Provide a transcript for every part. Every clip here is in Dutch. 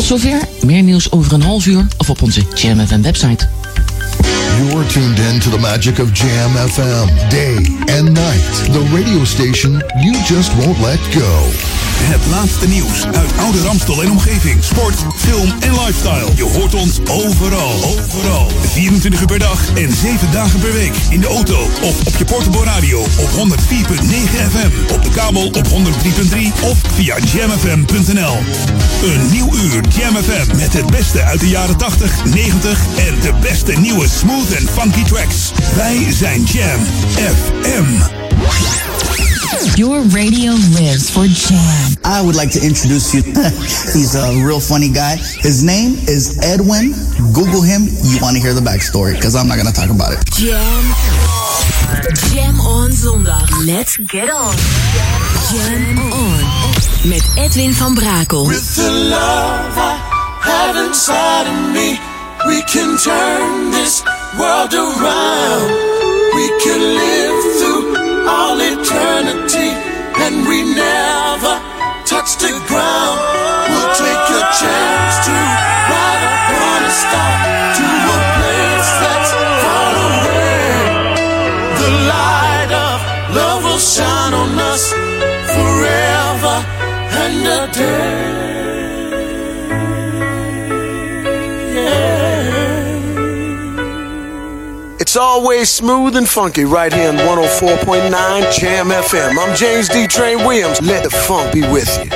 Tot zover. Meer nieuws over een half uur of op onze Jam FM website. You're tuned in to the magic of Jam FM. Day and night. The radio station you just won't let go. Het laatste nieuws uit oude Ramstel en omgeving. Sport, film en lifestyle. Je hoort ons overal. 24 uur per dag en 7 dagen per week. In de auto of op je portable radio op 104.9 FM. Op de kabel op 103.3 of via jamfm.nl. Een nieuw uur Jam FM met het beste uit de jaren 80, 90 en de beste nieuwe smooth en funky tracks. Wij zijn Jam FM. Your radio lives for Jam. I would like to introduce you. He's a real funny guy. His name is Edwin. Google him. You want to hear the backstory, because I'm not going to talk about it. Jam on zondag. Let's get on. Jam on. Met Edwin van Brakel. With the love I have inside of me, we can turn this world around. We can live through all eternity, and we never touch the ground. We'll take a chance to ride upon a star to a place that's far away. The light of love will shine on us forever and a day. It's always smooth and funky right here on 104.9 Jam FM. I'm James D. Train Williams. Let the funk be with you.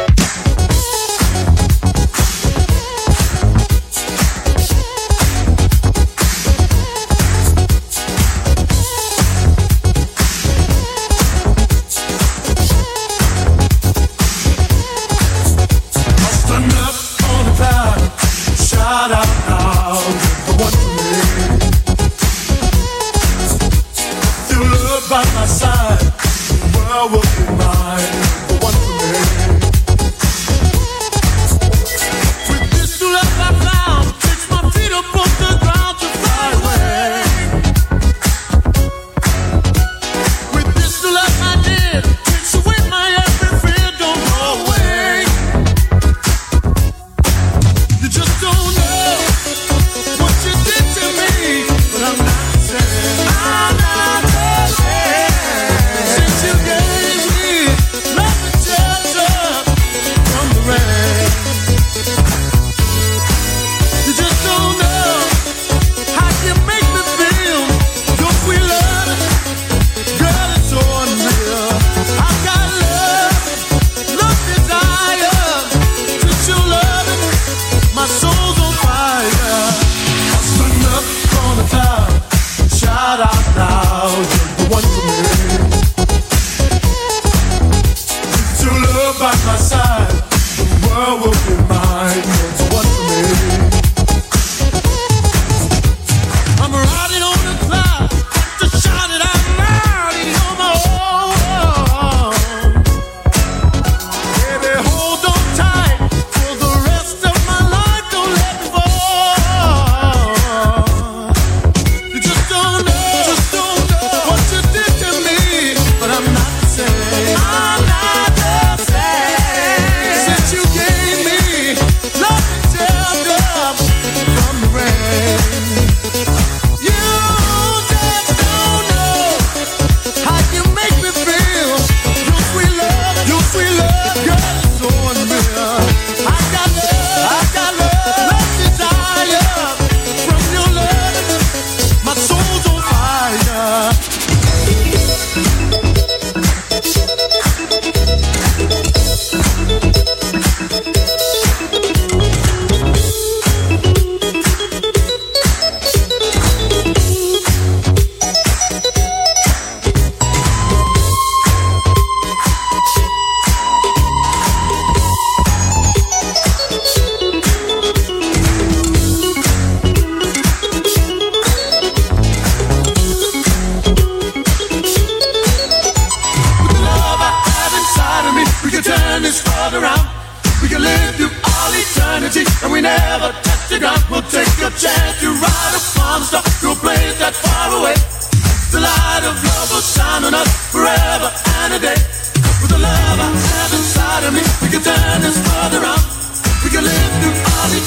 With the love I have inside of me, we can turn this world around. We can live through all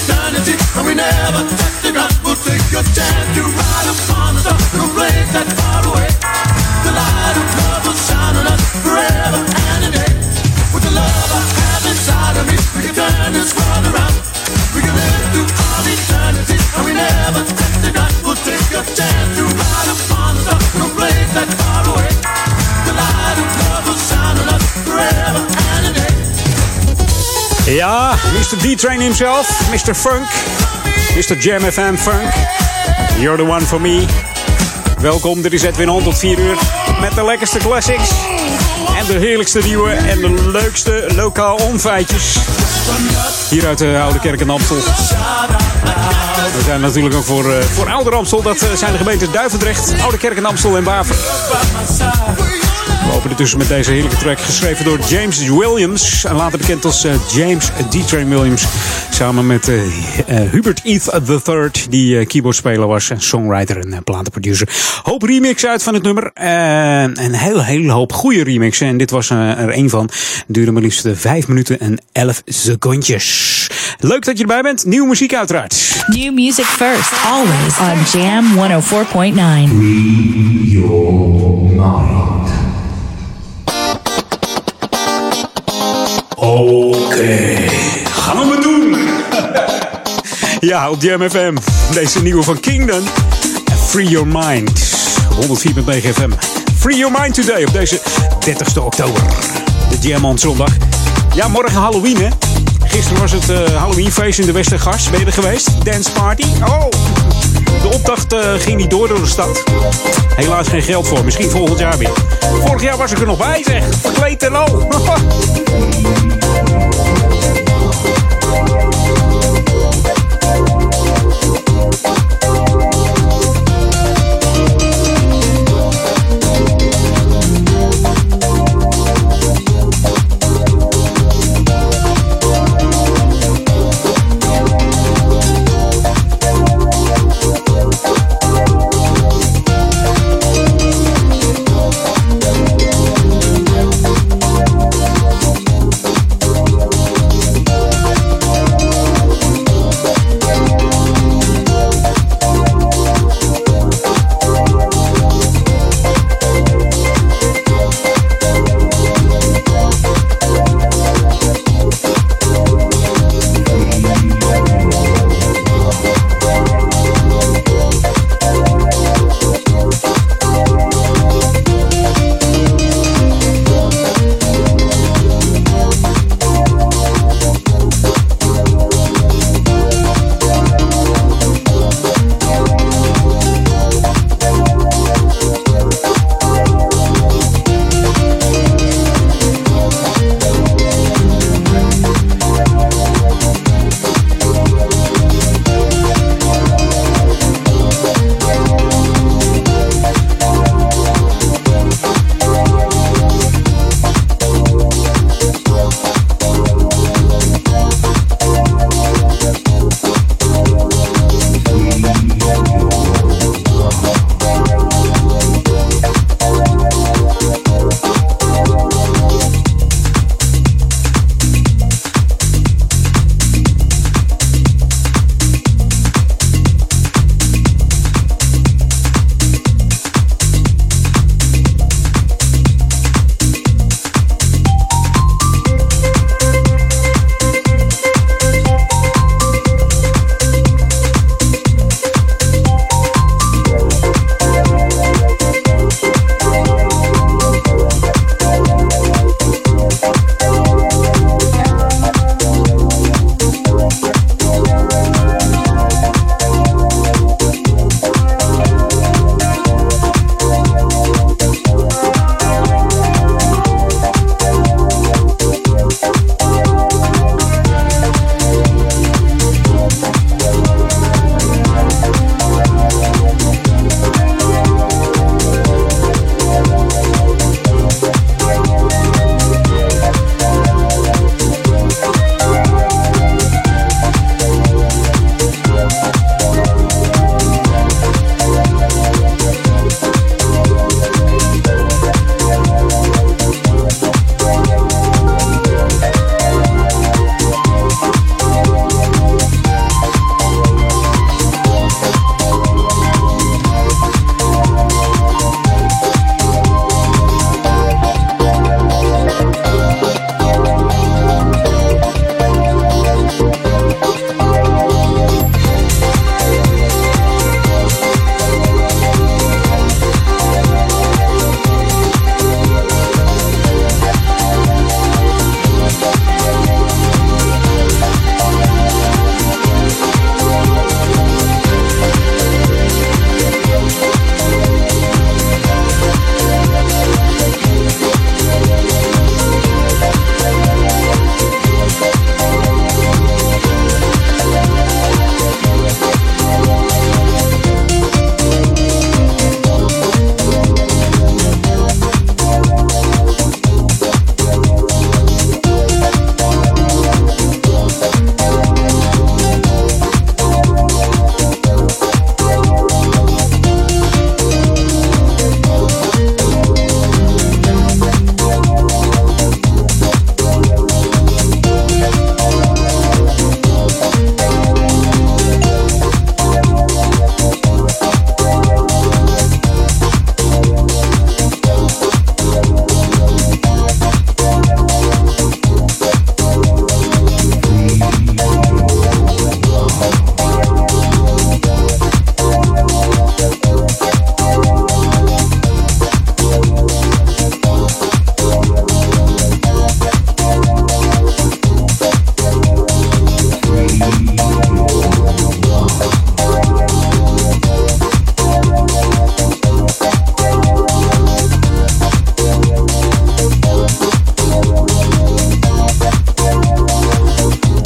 and we never touch the ground. We'll take a chance to ride upon the sun in a place that's far away. The light of love will shine on us forever and a day. With the love I have inside of me, we can turn this world around. We can live through all eternity, and we never touch the ground. We'll take a chance to ride upon the sun in a place that's far away. The light of love will shine on us forever and a day. Ja, Mr. D-Train himself, Mr. Funk, Mr. Jam FM Funk. You're the one for me. Welkom, dit is Edwin On tot 4 uur met de lekkerste classics. En de heerlijkste nieuwe en de leukste lokaal onfeitjes. Hier uit de Oude Kerk en Amstel. We zijn natuurlijk ook voor Ouder Amstel. Dat zijn de gemeentes Duivendrecht, Oude Kerk en Amstel en Waver. We openen dus met deze heerlijke track geschreven door James Williams. En later bekend als James D-Train Williams. Samen met Hubert Heath III, die keyboardspeler was. En songwriter en platenproducer. Hoop remix uit van het nummer. Een hele hoop goede remixen. En dit was er een van. Duurde maar liefst 5 minuten en 11 secondjes. Leuk dat je erbij bent. Nieuwe muziek uiteraard. New music first, always on Jam 104.9. Free your mind. Oké, gaan we maar doen. Ja, op Jam FM. Deze nieuwe van Kingdom. Free Your Mind. 104.9 FM. Free Your Mind today op deze 30 oktober. De Jam on zondag. Ja, morgen Halloween, hè. Gisteren was het Halloweenfeest in de Westergast. Ben je er geweest? Dance party. Oh, de optocht ging niet door de stad. Helaas geen geld voor. Misschien volgend jaar weer. Vorig jaar was ik er nog bij, zeg. Verkleed en al.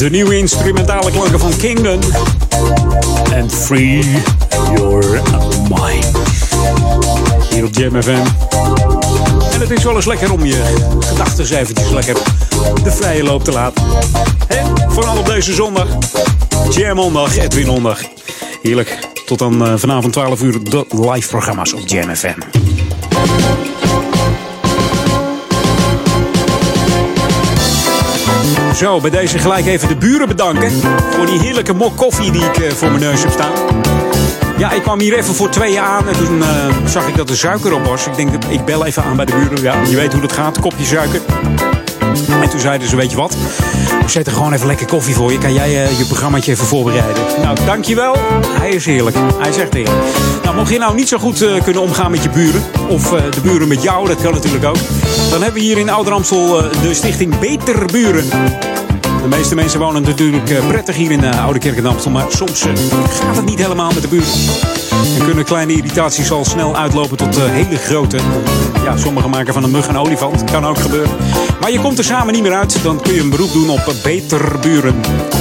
De nieuwe instrumentale klanken van Kingdom. En Free Your Mind. Hier op Jam FM. En het is wel eens lekker om je gedachten eventjes lekker de vrije loop te laten. Vooral op deze zondag. Jam-ondag, Edwin-ondag. Heerlijk. Tot dan vanavond 12 uur de live programma's op Jam FM. Zo, bij deze gelijk even de buren bedanken voor die heerlijke mok koffie die ik voor mijn neus heb staan. Ja, ik kwam hier even voor 2 aan en toen zag ik dat er suiker op was. Ik denk, ik bel even aan bij de buren. Ja, je weet hoe dat gaat, kopje suiker. En toen zeiden ze, weet je wat? We zetten gewoon even lekker koffie voor je. Kan jij je programmaatje even voorbereiden? Nou, dankjewel. Hij is heerlijk. Hij is echt heerlijk. Nou, mocht je nou niet zo goed kunnen omgaan met je buren. Of de buren met jou, dat kan natuurlijk ook. Dan hebben we hier in Ouder-Amstel de stichting Beter Buren. De meeste mensen wonen natuurlijk prettig hier in Oude Kerk en Amstel. Maar soms gaat het niet helemaal met de buren. En kunnen kleine irritaties al snel uitlopen tot hele grote. Ja, sommigen maken van een mug een olifant. Kan ook gebeuren. Maar je komt er samen niet meer uit. Dan kun je een beroep doen op Beter Buren.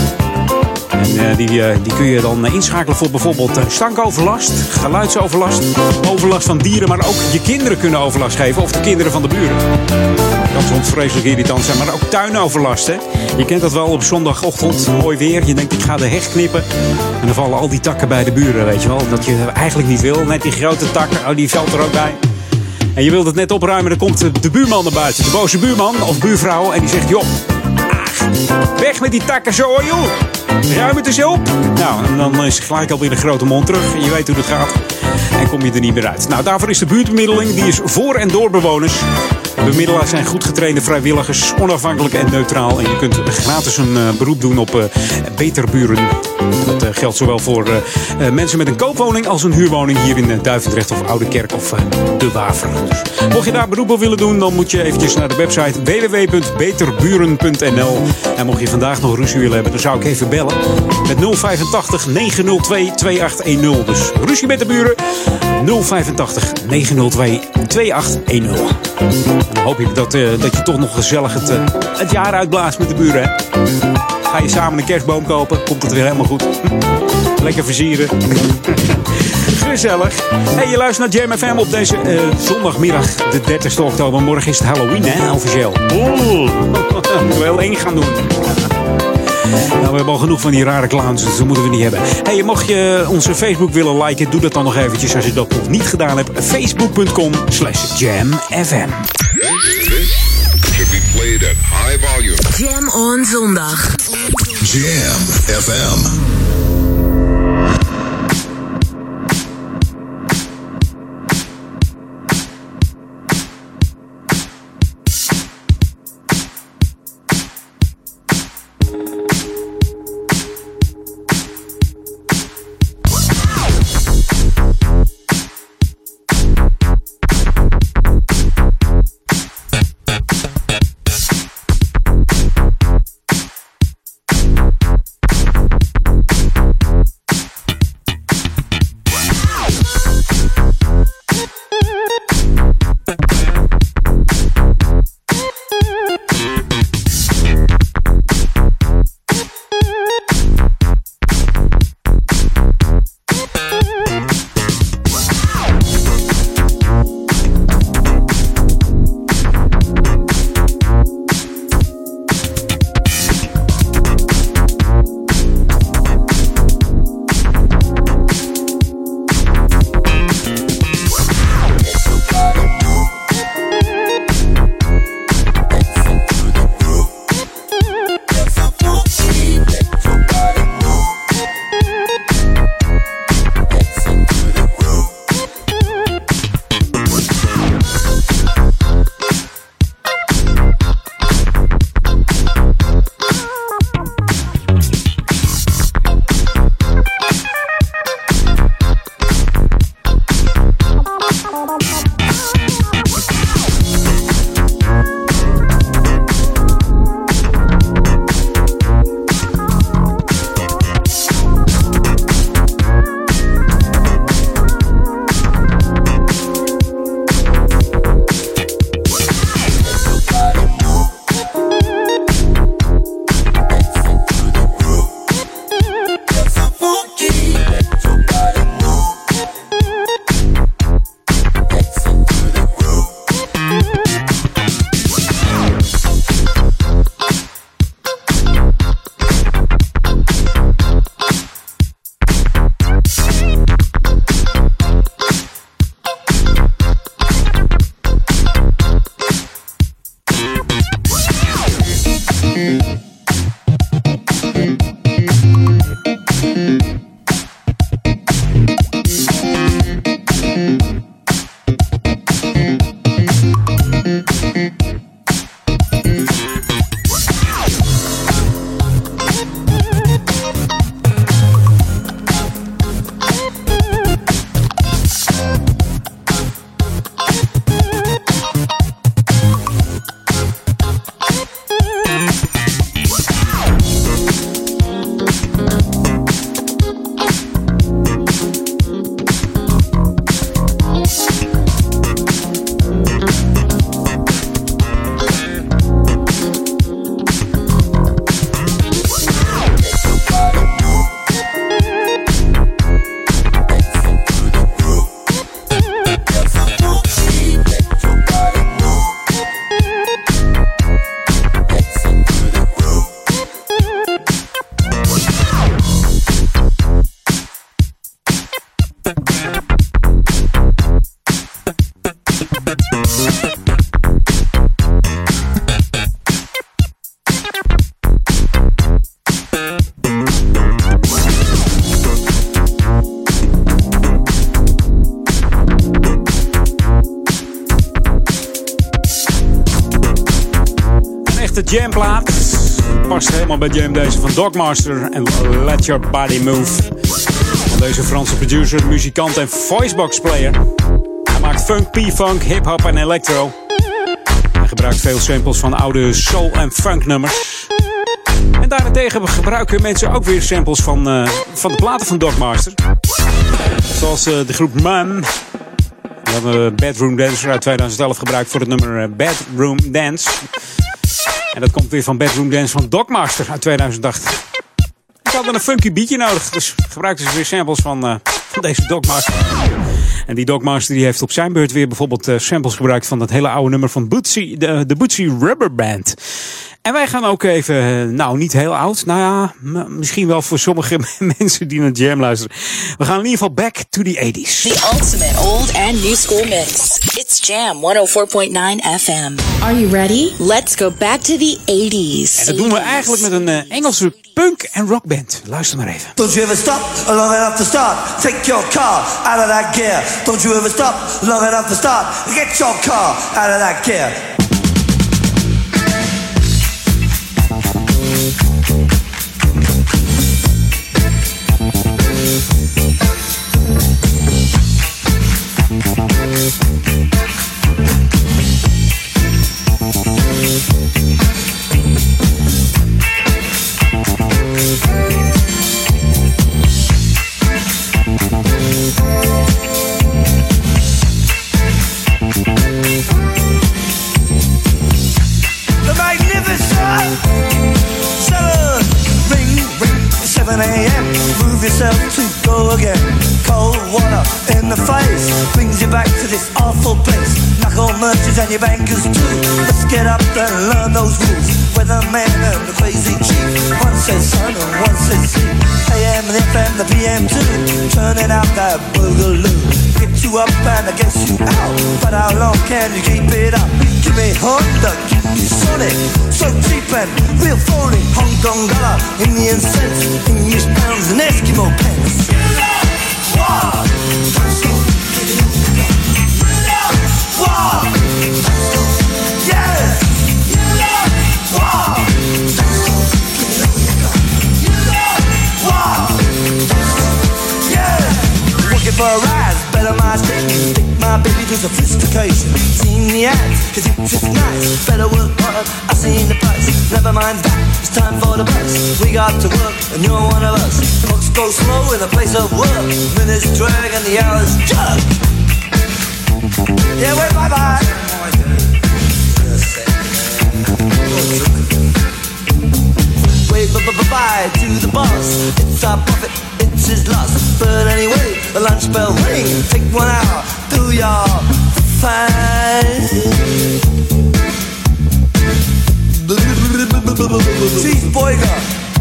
En die kun je dan inschakelen voor bijvoorbeeld stankoverlast, geluidsoverlast, overlast van dieren. Maar ook je kinderen kunnen overlast geven. Of de kinderen van de buren. Dat kan soms vreselijk irritant zijn. Maar ook tuinoverlast, hè. Je kent dat wel op zondagochtend. Mooi weer. Je denkt, ik ga de heg knippen. En dan vallen al die takken bij de buren, weet je wel. Dat je eigenlijk niet wil. Net die grote takken, die valt er ook bij. En je wilt het net opruimen. Dan komt de buurman naar buiten. De boze buurman of buurvrouw. En die zegt, joh, weg met die takken zo, joh. Ruim het eens op. Nou, en dan is gelijk alweer een grote mond terug. Je weet hoe het gaat. En kom je er niet meer uit. Nou, daarvoor is de buurtbemiddeling. Die is voor en door bewoners. Bemiddelaars zijn goed getrainde vrijwilligers, onafhankelijk en neutraal. En je kunt gratis een beroep doen op Beter Buren. Dat geldt zowel voor mensen met een koopwoning als een huurwoning hier in Duivendrecht of Oude Kerk of De Waver. Dus mocht je daar beroep op willen doen, dan moet je eventjes naar de website www.beterburen.nl. En mocht je vandaag nog ruzie willen hebben, dan zou ik even bellen met 085 902 2810. Dus ruzie met de buren 085 902 2810. En dan hoop ik dat je toch nog gezellig het jaar uitblaast met de buren. Hè? Ga je samen een kerstboom kopen, komt het weer helemaal goed. Lekker versieren. Gezellig. Hey, je luistert naar Jam FM op deze zondagmiddag, de 30 oktober. Morgen is het Halloween, hè, officieel. Oeh, moeten we heel eng gaan doen. Nou, we hebben al genoeg van die rare clowns, dus dat moeten we niet hebben. Hey, mocht je onze Facebook willen liken, doe dat dan nog eventjes als je dat nog niet gedaan hebt. Facebook.com/JamFM. Should be played at high volume. Jam on zondag. Jam FM. jamplaat. Past helemaal bij Jam, deze van Dogmaster en Let Your Body Move. Van deze Franse producer, muzikant en voicebox player. Hij maakt funk, P-funk, hip-hop en electro. Hij gebruikt veel samples van oude soul- en funk nummers. En daarentegen gebruiken mensen ook weer samples van de platen van Dogmaster. Zoals de groep Mum. We hebben Bedroom Dancer uit 2011 gebruikt voor het nummer Bedroom Dance. En dat komt weer van Bedroom Dance van Dogmaster uit 2008. Ik had een funky beatje nodig, dus gebruikten ze weer samples van deze Dogmaster. En die Dogmaster die heeft op zijn beurt weer bijvoorbeeld samples gebruikt van dat hele oude nummer van Bootsy, de Bootsy Rubber Band. En wij gaan ook even, nou niet heel oud, nou ja, misschien wel voor sommige mensen die naar Jam luisteren. We gaan in ieder geval back to the 80s. The ultimate old and new school mix. It's Jam 104.9 FM. Are you ready? Let's go back to the 80s. En dat doen we eigenlijk met een Engelse punk- en rockband. Luister maar even. Don't you ever stop long enough to start. Take your car out of that gear. Don't you ever stop long enough to start. Get your car out of that gear. The magnificent 7 a.m. Move yourself to go again. Cold water in the face brings you back to this awful place. Knuckle merchants and your bankers too. Let's get up and learn those rules. Weatherman and the crazy chief. One says sun and one says sea. AM and FM, the PM too. Turning out that boogaloo. Get you up and I guess you out. But how long can you keep it up? Give me Honda, give me Sonic. So cheap and real phony. Hong Kong dollar, Indian cents, English pounds and Eskimo pence. Wow. Wow. Yeah. Wow. Wow. Yeah. Working for a rise, better my station. Take my baby to sophistication. Seen the ads, cause it's just nice. Better work hard, I seen the price. Never mind that, it's time for the bus. We got to work, and you're one of us. Clocks go slow in the place of work. Minutes drag and the hours jug. Yeah, wait, bye-bye. Wave bye-bye to the boss. It's our profit, it's his loss. But anyway, the lunch bell ring. Take 1 hour, do your fine. Cheese boyga.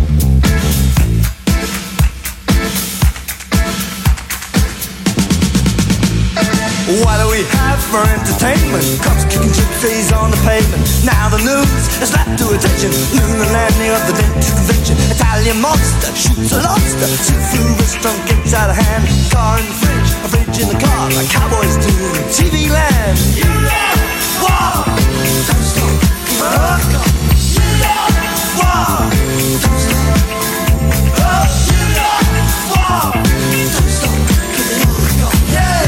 What do we have for entertainment? Cops kicking gypsies on the pavement. Now the news is slapped to attention. Lunar landing of the dentist convention. Italian monster shoots a lobster. See-through restaurant gets out of hand. Car in the fridge, a fridge in the car, like cowboys do in TV land. You know what? Don't stop, keep on rocking. You know what? Don't stop. Oh, you know what? Don't stop, keep on rocking. Yeah.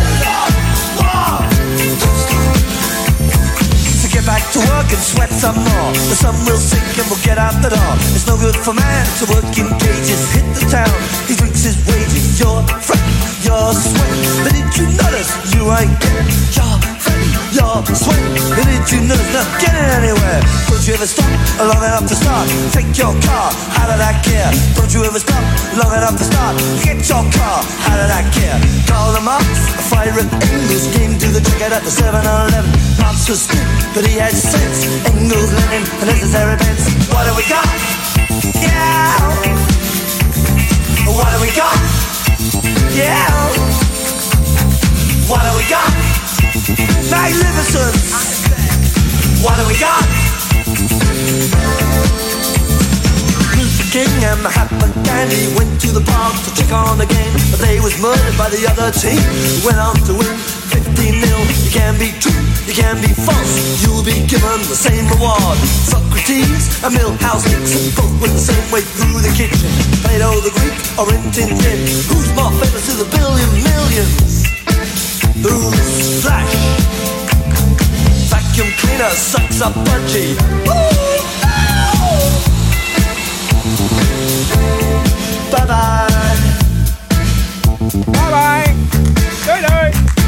Back to work and sweat some more. The sun will sink and we'll get out the door. It's no good for man to work in cages. Hit the town, he drinks his wages. You're fretting, you're sweating. But did you notice you ain't getting? You're fretting, you're sweating. But did you notice not getting anywhere? Don't you ever stop long enough to start? Take your car out of that gear. Don't you ever stop long enough to start? Get your car out of that gear. Call them up, a fire at Engels. Came to the ticket at the 7-Eleven. Marx was stupid, but he had sense. Engels, Lenin, the necessary pence. What do we got? Yeah. What do we got? Yeah. What do we got? Magnificent. What do we got? Luther King and Mahatma Gandhi went to the park to check on the game, but they was murdered by the other team. Went on to win 15-0. You can be true, you can be false. You'll be given the same reward. Socrates and Milhouse Nixon both went the same way through the kitchen. Plato the Greek or Rin Tin Tin. Who's more famous to the billion millions? Who's Flash? Vacuum cleaner sucks up Budgie. Bye bye. Bye bye. Doei doei.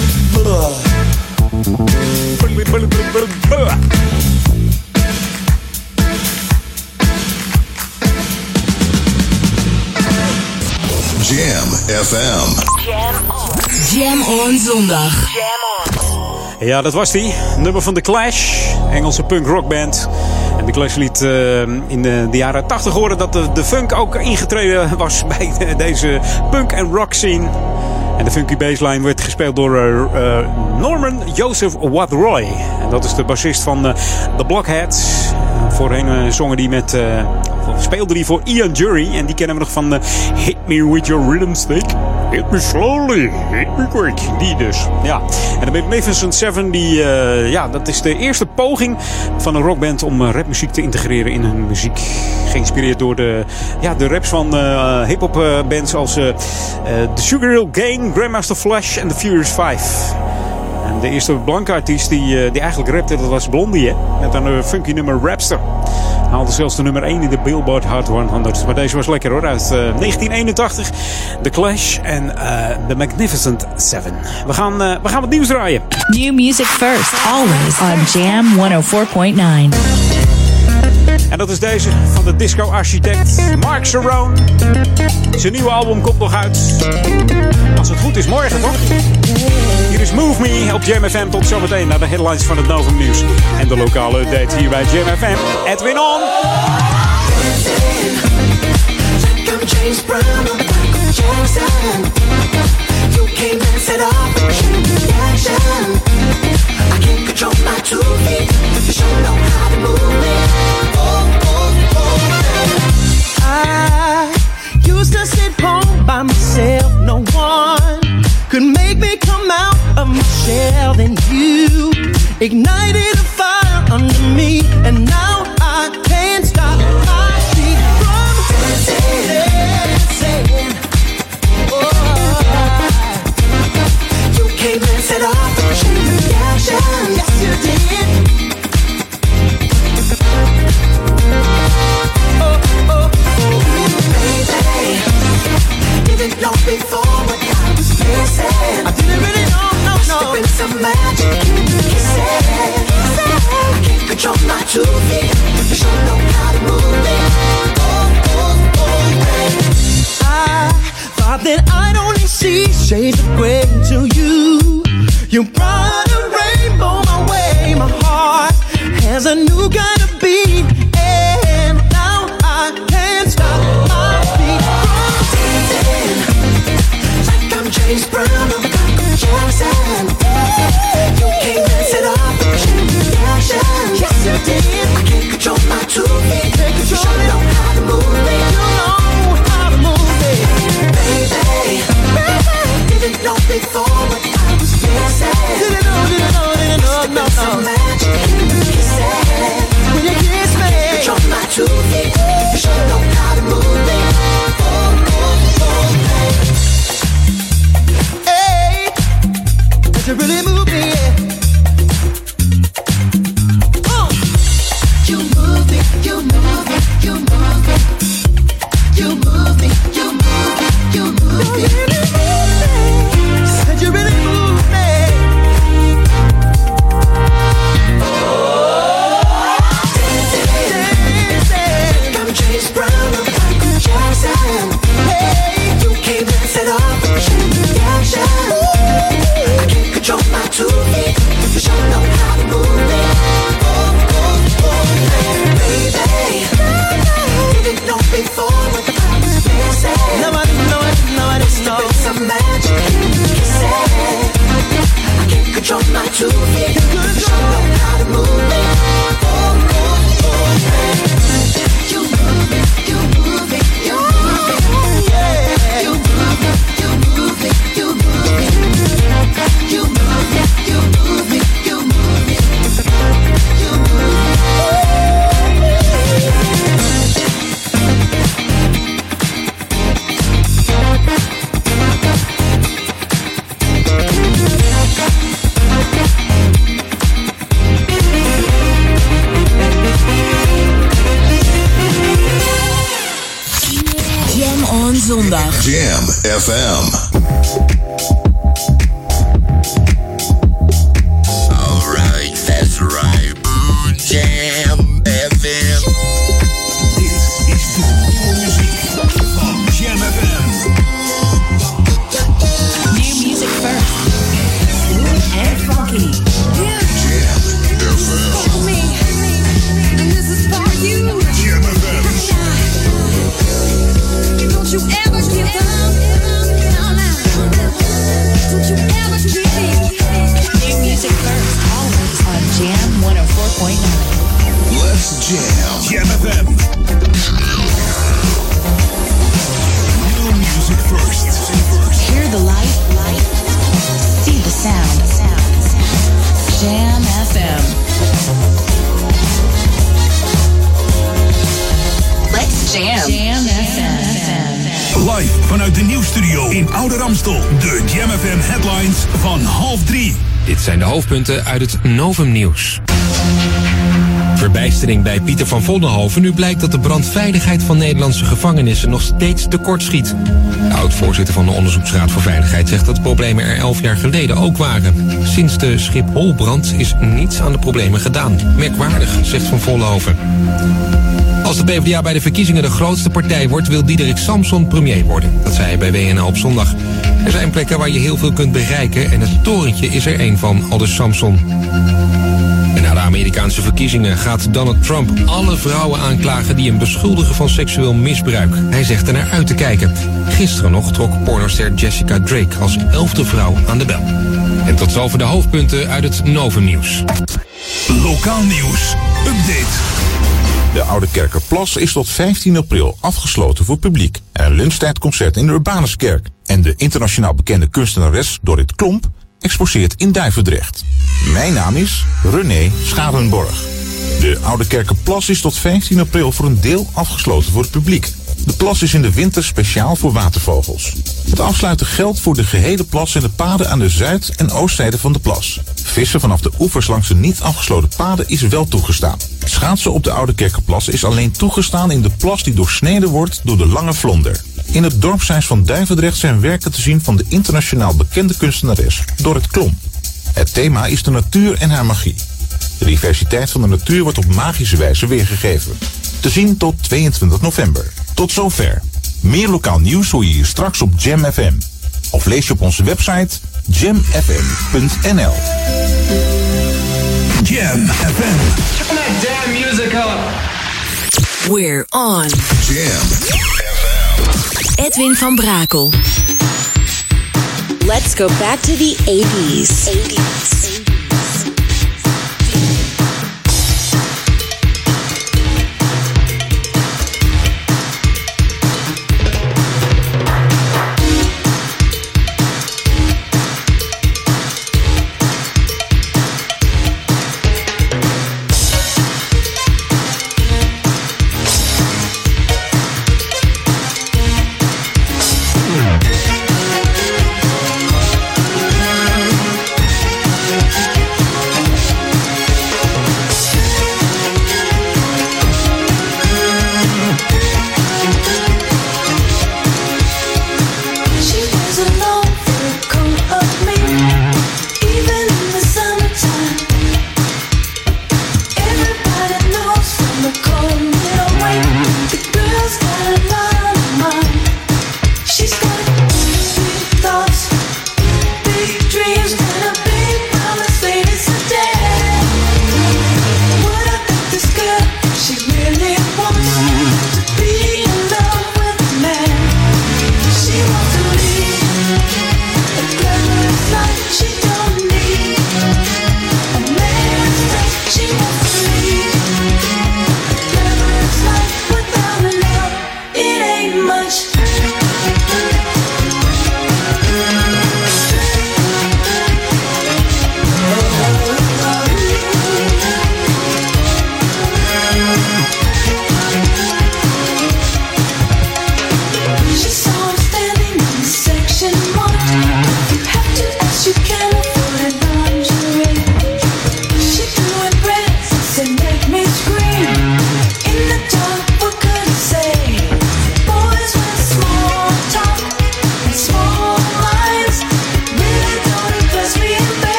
Jam FM. Jam on zondag. Ja, dat was die. Nummer van The Clash. Engelse punk rockband. En The Clash liet in de jaren 80 horen dat de funk ook ingetreden was bij deze punk en rock scene. En de funky bassline werd gespeeld door Norman Joseph Watt-Roy. En dat is de bassist van The Blockheads. Voorheen zongen die speelde die voor Ian Dury. En die kennen we nog van Hit Me With Your Rhythm Stick. Hit me slowly, hit me quick. Die dus. Ja. En de Magnificent Seven, dat is de eerste poging van een rockband om rapmuziek te integreren in hun muziek. Geïnspireerd door de raps van hip-hop bands als The Sugar Hill Gang, Grandmaster Flash en The Furious Five. En de eerste blanke artiest die eigenlijk rapte, dat was Blondie, hè? Met een funky nummer Rapster. Haalde zelfs de nummer 1 in de Billboard Hot 100. Maar deze was lekker hoor, uit 1981. The Clash en The Magnificent Seven. We gaan wat nieuws draaien. New music first, always on Jam 104.9. En dat is deze van de disco-architect Mark Cerrone. Zijn nieuwe album komt nog uit. Als het goed is, morgen toch? Hier is Move Me op Jam FM. Tot zometeen naar de headlines van het Novum Nieuws. En de lokale update hier bij Jam FM. Edwin On! I used to sit home by myself. No one could make me come out of my shell. Then you ignited a fire under me, and now I can't stop my feet from dancing. Oh, you came and set off the chain reaction. Yes, you did. Didn't know before what I was missing. I didn't really know, no. There been some magic in the kisses. I can't control my 2 feet. You sure know how to move it. I thought that I'd only see shades of gray until you brought a rainbow my way. My heart has a new kind of beat, and now I can't stop my feet from dancing like I'm James Brown or Michael Jackson. You came and set off the chain reaction. Yes, you did. I can't control my 2 feet. You sure know how to move it. You know how to move it, baby. Didn't know before what I was missing. Didn't know, no. Some magic in the kisses. When you kiss me, control my 2 feet. You sure know how to move it. Hey, you really move me, yeah. You move me, you move me, you move me. You move me, you move me, you move me. Said you really move me. Dancing. I'm James Brown or Michael Jackson. Hey, you came and set off the chain reaction. I can't control my 2 feet. You sure know how to move it. Baby, didn't know before what I was missing. No, I didn't know. zondag. Jam FM. Alright, that's right. Jam FM. Dit is de nieuwe muziek van Jam FM. New music first. Smooth and funky. Jam FM. And this is for you. Jam FM. Don't you ever give up. Don't you ever give in. New music first, always on Jam 104.9. Let's jam. Jam FM. New music first. Hear the light, see the sound. Jam FM. Let's jam. Jam FM. Live vanuit de nieuwsstudio in Oude Ramstel. De Jam FM headlines van 2:30. Dit zijn de hoofdpunten uit het Novum Nieuws. Verbijstering bij Pieter van Vollenhoven. Nu blijkt dat de brandveiligheid van Nederlandse gevangenissen nog steeds tekortschiet. De oud-voorzitter van de Onderzoeksraad voor Veiligheid zegt dat de problemen er 11 jaar geleden ook waren. Sinds de Schipholbrand is niets aan de problemen gedaan. Merkwaardig, zegt Van Vollenhoven. Als de PvdA bij de verkiezingen de grootste partij wordt, wil Diederik Samson premier worden. Dat zei hij bij WNL op zondag. Er zijn plekken waar je heel veel kunt bereiken en het torentje is er één van, aldus Samson. En na de Amerikaanse verkiezingen gaat Donald Trump alle vrouwen aanklagen die hem beschuldigen van seksueel misbruik. Hij zegt er naar uit te kijken. Gisteren nog trok pornoster Jessica Drake als 11e vrouw aan de bel. En tot zover de hoofdpunten uit het Novum Nieuws. Lokaal nieuws. Update. De Oude Kerkerplas is tot 15 april afgesloten voor publiek. En een lunchtijdconcert in de Urbanuskerk. En de internationaal bekende kunstenares Dorrit Klomp exposeert in Duivendrecht. Mijn naam is René Scharenborg. De Oude Kerkerplas is tot 15 april voor een deel afgesloten voor het publiek. De plas is in de winter speciaal voor watervogels. Het afsluiten geldt voor de gehele plas en de paden aan de zuid- en oostzijde van de plas. Vissen vanaf de oevers langs de niet afgesloten paden is wel toegestaan. Schaatsen op de Oude Kerkerplas is alleen toegestaan in de plas die doorsneden wordt door de Lange Vlonder. In het dorpshuis van Duivendrecht zijn werken te zien van de internationaal bekende kunstenares Dorrit Klomp. Het thema is de natuur en haar magie. De diversiteit van de natuur wordt op magische wijze weergegeven. Te zien tot 22 november. Tot zover. Meer lokaal nieuws hoor je hier straks op Jam FM. Of lees je op onze website jamfm.nl. Jam FM. Turn that damn music up. We're on. Jam FM. Edwin van Brakel. Let's go back to the 80s.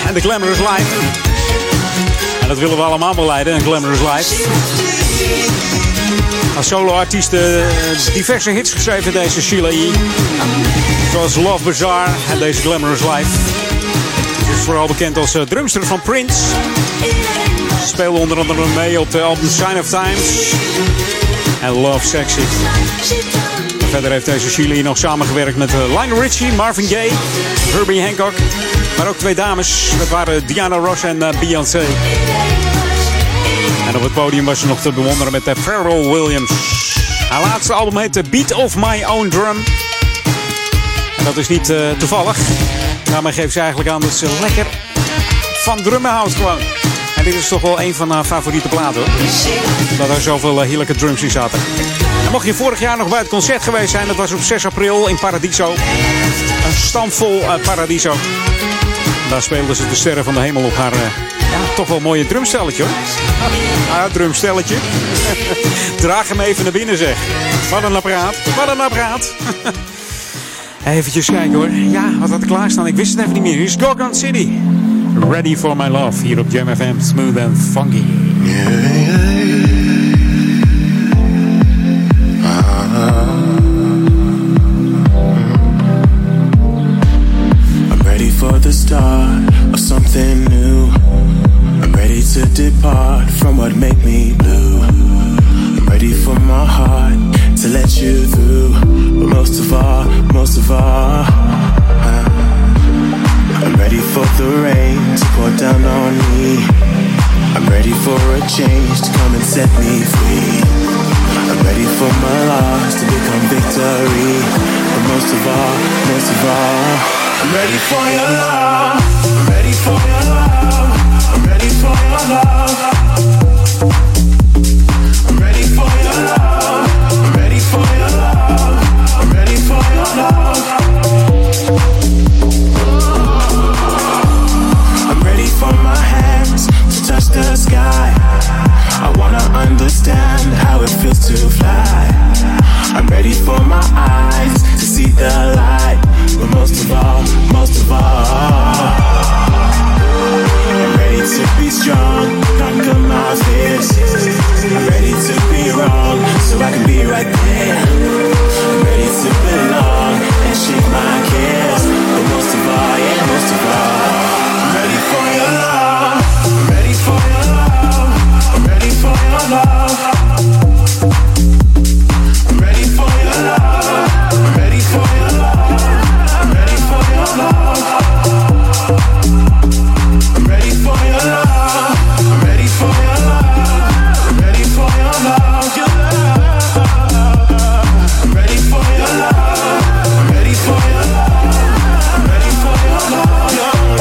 en de Glamorous Life. En dat willen we allemaal wel leiden, een Glamorous Life. Als solo-artiest diverse hits geschreven, deze Sheila E. Zoals Love Bazaar en deze Glamorous Life. Ze is vooral bekend als drumster van Prince. Ze speelde onder andere mee op de album Sign of Times en Love Sexy. Verder heeft deze Sheila E nog samengewerkt met Lionel Richie, Marvin Gaye, Herbie Hancock. Maar ook twee dames, dat waren Diana Ross en Beyoncé. En op het podium was ze nog te bewonderen met Pharrell Williams. Haar laatste album heet The Beat of My Own Drum. En dat is niet toevallig. Daarmee geeft ze eigenlijk aan dat ze lekker van drummen houdt gewoon. En dit is toch wel een van haar favoriete platen hoor. Dat er zoveel heerlijke drums in zaten. En mocht je vorig jaar nog bij het concert geweest zijn, dat was op 6 april in Paradiso. Een stampvol Paradiso. Daar speelden ze de sterren van de hemel op haar toch wel mooie drumstelletje hoor. Drumstelletje. Draag hem even naar binnen zeg. Wat een apparaat. Wat een apparaat. Eventjes kijken hoor. Ja, wat had ik klaarstaan? Ik wist het even niet meer. Hier is Gorgon City. Ready for my love. Hier op Jam FM. Smooth and funky. I'm ready for the start of something new. I'm ready to depart from what make me blue. I'm ready for my heart to let you through. But most of all, I'm ready for the rain to pour down on me. I'm ready for a change to come and set me free. I'm ready for my loss to become victory. But most of all, I'm ready for your love. I'm ready for your love. I'm ready for your love. I'm ready for your love. I'm ready for your love. I'm ready for your love. I'm ready for my hands to touch the sky. I wanna understand how it feels to fly. I'm ready for my eyes to see the light. But most of all, I'm ready to be strong, conquer my fears. I'm ready to be wrong, so I can be right there. I'm ready to belong and shake my cares. But most of all, I'm ready for your love. I'm ready for your love. I'm ready for your love. I'm ready for your love. I'm ready for your love. I'm ready for your love. I'm ready for your love. I'm ready for your love. I'm ready for your love. I'm ready for your love. I'm ready for your love. I'm ready for your love.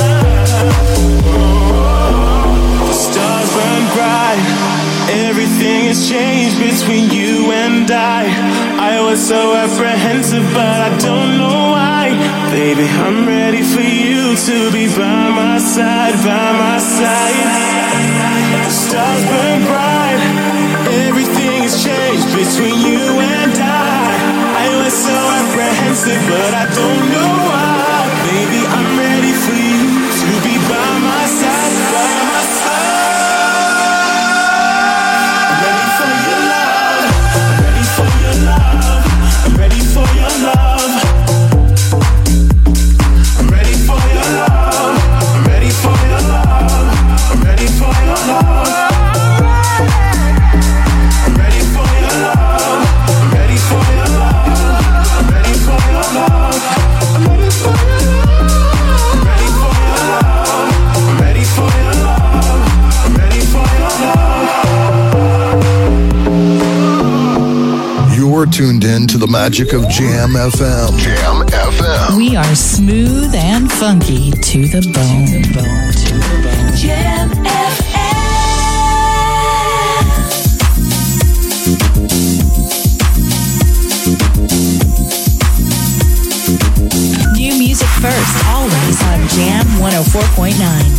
The stars burn bright. Everything has changed between you and I was so apprehensive, but I don't know why. Baby, I'm ready for you to be by my side, by my side. The stars burn bright. Everything has changed between you and I was so apprehensive, but I don't know why. Baby, I'm ready for you to be by my side, by my side. I'm ready for your love. I'm ready for your love. I'm ready for your love. I'm ready for your love. I'm ready for your love. I'm ready for your love. I'm ready for your love. I'm ready for your love. I'm ready for your love. I'm ready for your love. I'm ready for your love. I'm ready for your love. I'm ready for your love. You're tuned in to the magic of Jam FM. Jam FM. We are smooth and funky to the bone. Jam FM. New music first, always on Jam 104.9.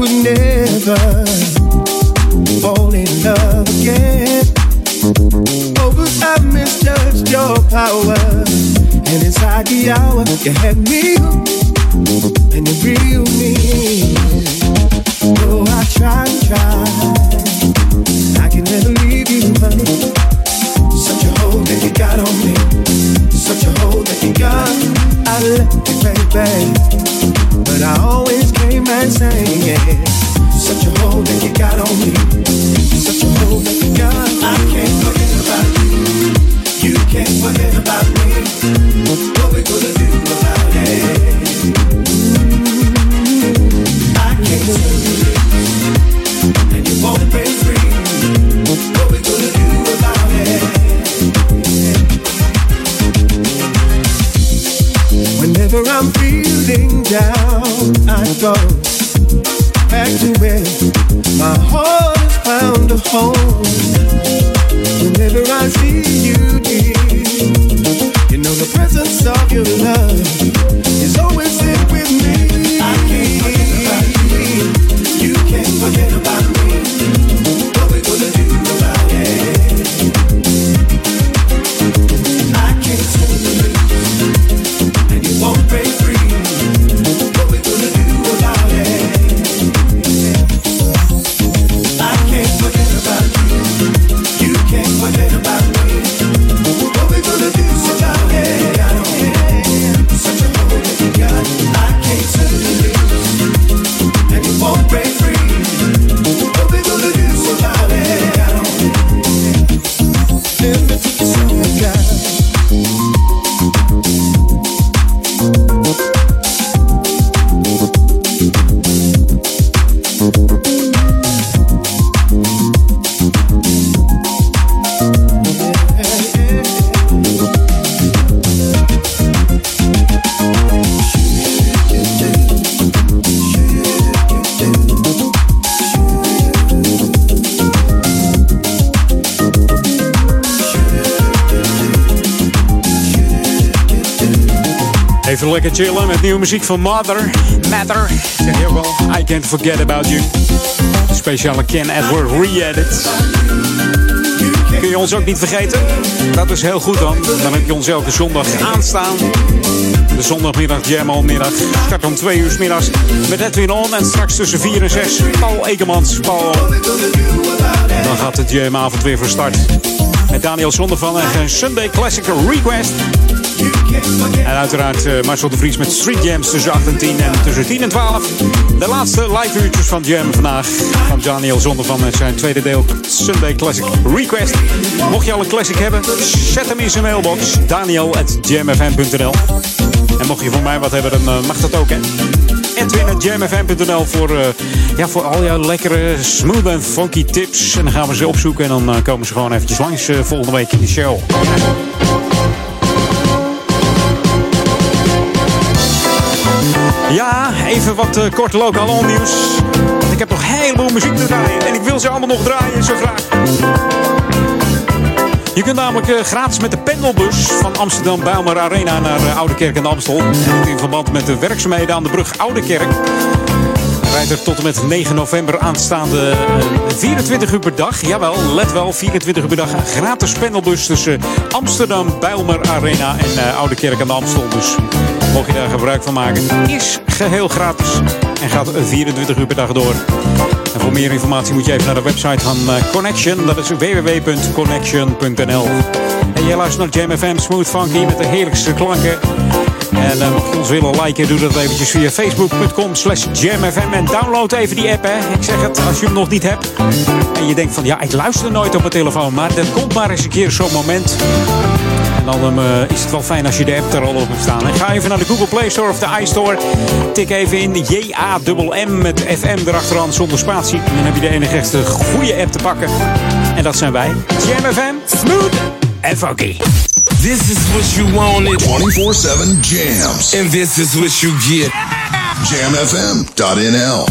would never fall in love again. Oh, but I misjudged your power, and inside the hour you had me hooked, and the real me. Oh, I tried and tried, I can never leave you, honey. Such a hold that you got on me, such a hold that you got. I left you, baby, but I always came back saying, yeah. Such a hold that you got on me, such a hold that you got. I can't forget about you, you can't forget about me. What we gonna do about it? I can't lose, and you won't break free. What we gonna do about it? Whenever I'm feeling down, I go back to where my heart has found a home. Whenever I see you, dear, you know the presence of your love is always there with me. I can't forget about you, you can't forget about me. What we gonna do about it? I can't tell you, and you won't break free. What we gonna do about it? I can't forget about you, you can't forget about me. What we gonna do about it? I don't care. Such a hold that you got, I can't tell you, and you won't break free. What we gonna do about it? I don't care. Let me take you somewhere, God. Even lekker chillen met nieuwe muziek van Matter. Zeg je ook wel. I Can't Forget About You. Speciale Ken Edward re-edit. Kun je ons ook niet vergeten? Dat is heel goed dan. Dan heb je ons elke zondag aanstaan. De zondagmiddag Jam al middag. Start om 2 uur 's middags met Edwin On. En straks tussen 4 en 6 Paul Ekemans. Dan gaat de Jam-avond weer van start. Met Daniel Zonder van een Sunday Classic Request. En uiteraard Marcel de Vries met Street Jams tussen 8 en 10. En tussen 10 en 12 de laatste live uurtjes van Jam vandaag. Van Daniel Zonder van zijn tweede deel Sunday Classic Request. Mocht je al een classic hebben, zet hem in zijn mailbox. Daniel@jamfm.nl. En mocht je voor mij wat hebben, dan mag dat ook, hè. Edwin@jamfm.nl voor al jouw lekkere smooth en funky tips. En dan gaan we ze opzoeken en dan komen ze gewoon eventjes langs volgende week in de show. Ja, even wat kort lokaal nieuws. Ik heb nog een heleboel muziek te draaien en ik wil ze allemaal nog draaien, zo graag. Je kunt namelijk gratis met de pendelbus van Amsterdam Bijlmer Arena naar Oudekerk en de Amstel. En in verband met de werkzaamheden aan de brug Oudekerk rijdt er tot en met 9 november aanstaande 24 uur per dag. Jawel, let wel, 24 uur per dag een gratis pendelbus tussen Amsterdam Bijlmer Arena en Oudekerk en de Amstel. Dus mocht je daar gebruik van maken, is geheel gratis en gaat 24 uur per dag door. En voor meer informatie moet je even naar de website van Connection. Dat is www.connection.nl. En jij luistert naar Jam FM Smooth Funky met de heerlijkste klanken. En mocht je ons willen liken, doe dat eventjes via facebook.com/jamfm. En download even die app, hè. Ik zeg het, als je hem nog niet hebt. En je denkt van, ja, ik luister nooit op mijn telefoon. Maar er komt maar eens een keer zo'n moment. En dan is het wel fijn als je de app er al op hebt staan. En ga even naar de Google Play Store of de iStore. Tik even in JAMM met FM erachteraan zonder spatie. En dan heb je de enige echte goede app te pakken. En dat zijn wij. Jam FM, smooth en funky. This is what you wanted. 24/7 jams. And this is what you get. Jamfm.nl.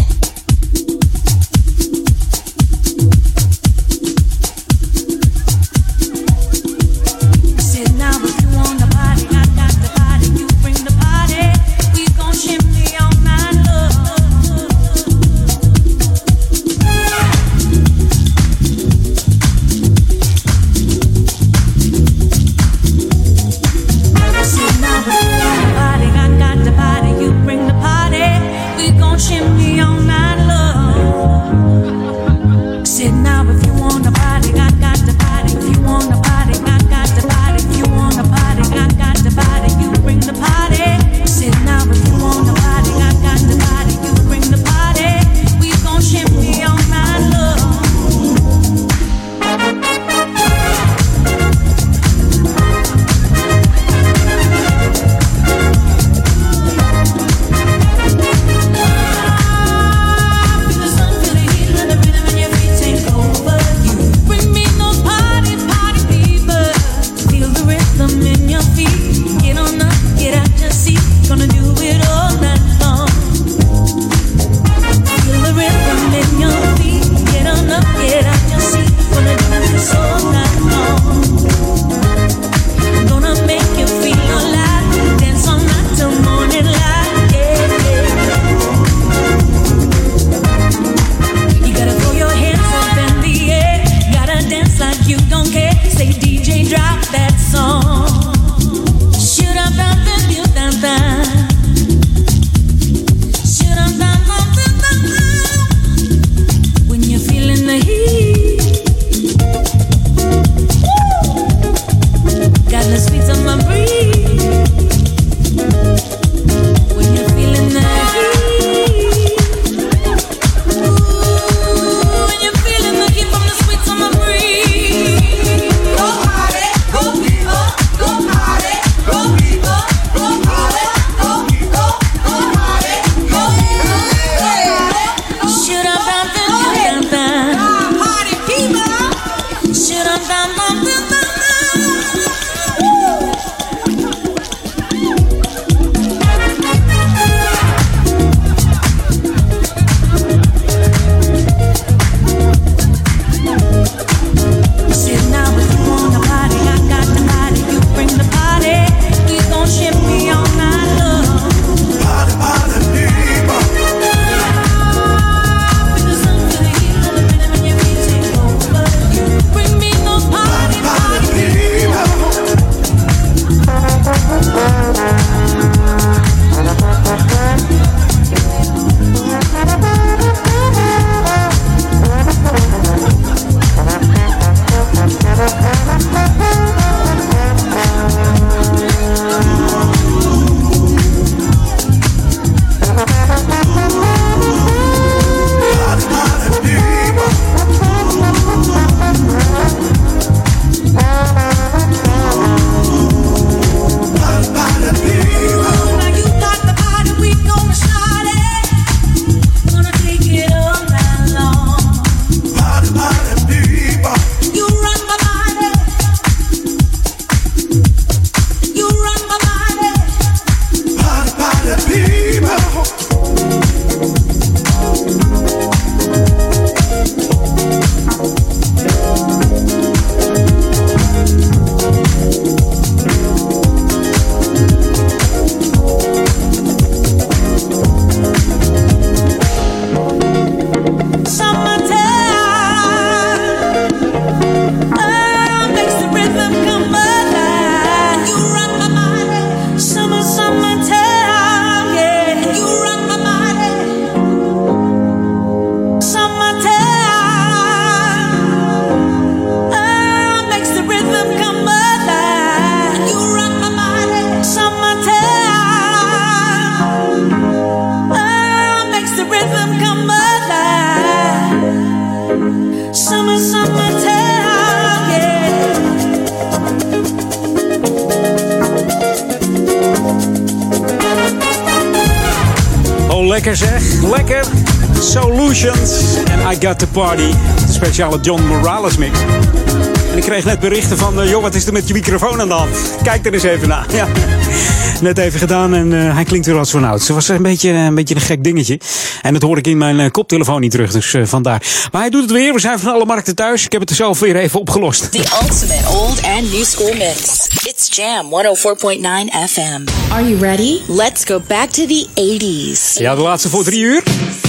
Lekker zeg, lekker. Solutions en I Got The Party. De speciale John Morales mix. En ik kreeg net berichten van, joh, wat is er met je microfoon aan de hand? Kijk er eens even naar. Ja. Net even gedaan en hij klinkt weer als vanouds. Het was een beetje een gek dingetje. En dat hoor ik in mijn koptelefoon niet terug, dus vandaar. Maar hij doet het weer. We zijn van alle markten thuis. Ik heb het er zelf weer even opgelost. The ultimate old and new school mix. It's Jam 104.9 FM. Are you ready? Let's go back to the 80s. Ja, de laatste voor 3 uur.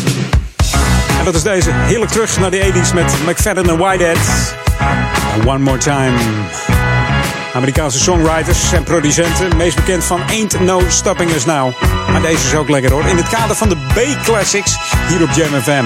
En dat is deze. Heerlijk terug naar de 80s met McFadden en Whitehead. And One More Time. Amerikaanse songwriters en producenten. Meest bekend van Ain't No Stopping Us Now. Maar deze is ook lekker hoor. In het kader van de B-Classics hier op Jam FM.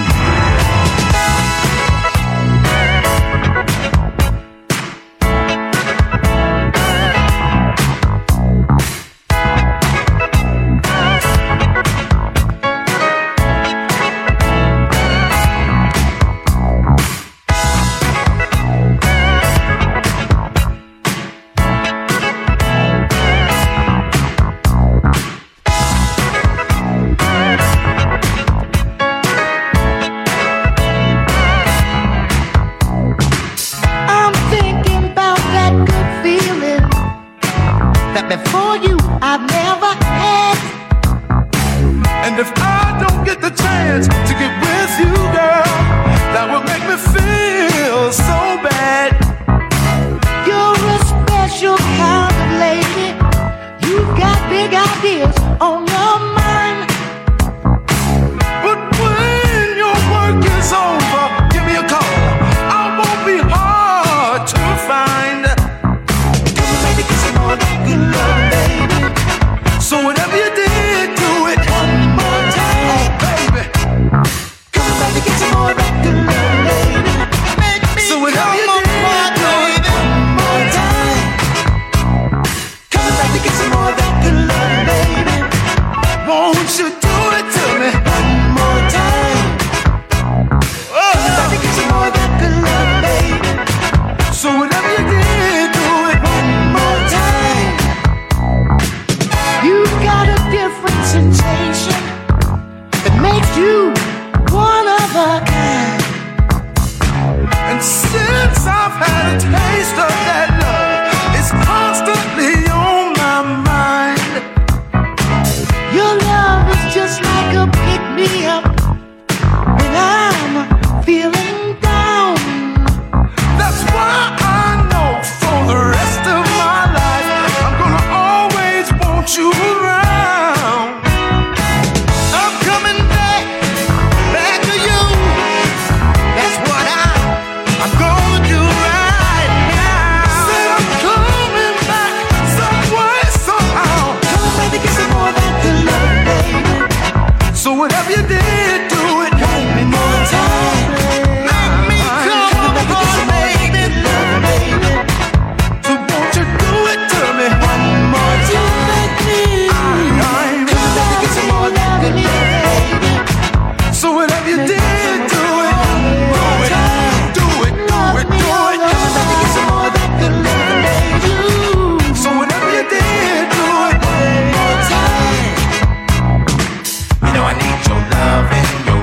Your loving, your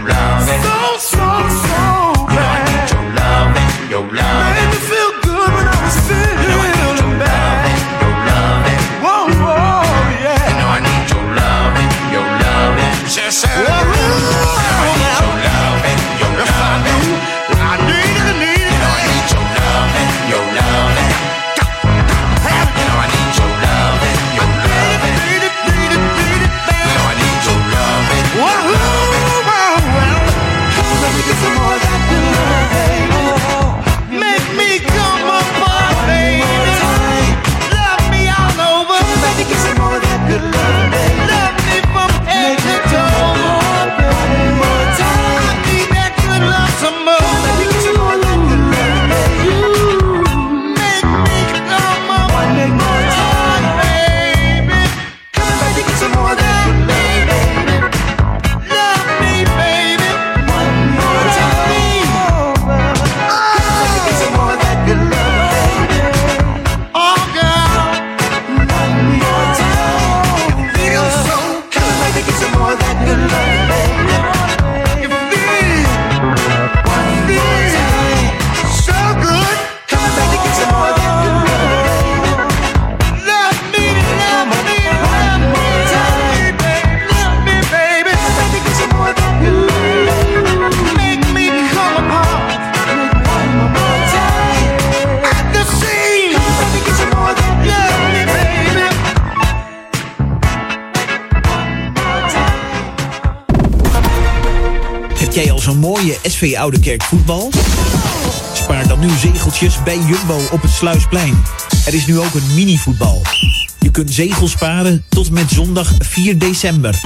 zo'n mooie SV Oudekerk voetbal? Spaar dan nu zegeltjes bij Jumbo op het Sluisplein. Er is nu ook een mini-voetbal. Je kunt zegels sparen tot met zondag 4 december.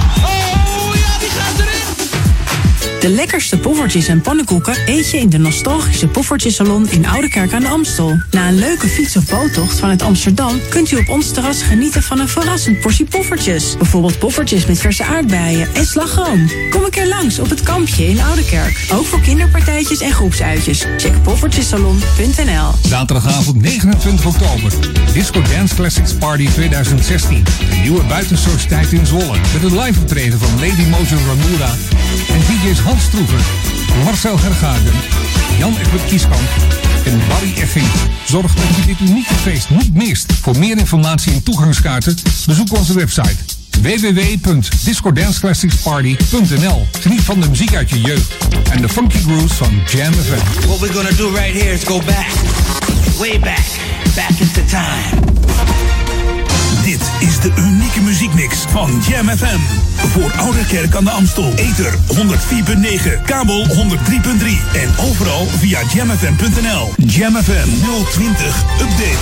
De lekkerste poffertjes en pannenkoeken eet je in de nostalgische Poffertjesalon in Oudekerk aan de Amstel. Na een leuke fiets- of boottocht vanuit Amsterdam kunt u op ons terras genieten van een verrassend portie poffertjes. Bijvoorbeeld poffertjes met verse aardbeien en slagroom. Kom een keer langs op het kampje in Oudekerk. Ook voor kinderpartijtjes en groepsuitjes. Check poffertjesalon.nl. Zaterdagavond 29 oktober. Disco Dance Classics Party 2016. Een nieuwe buitensociëteit in Zwolle. Met een live optreden van Lady Mojo Ramura en DJ's Hans Stroever, Marcel Hergagen, Jan Egbert Kieskamp en Barry Effing. Zorg dat je dit unieke feest niet mist. Voor meer informatie en toegangskaarten bezoek onze website www.discodanceclassicsparty.nl. Geniet van de muziek uit je jeugd en de funky grooves van Jam FM. What we're gonna do right here is go back, way back into time. Dit is de unieke muziekmix van Jam FM. Voor Ouderkerk aan de Amstel. Ether 104.9, kabel 103.3 en overal via jamfm.nl. Jam FM 020 Update.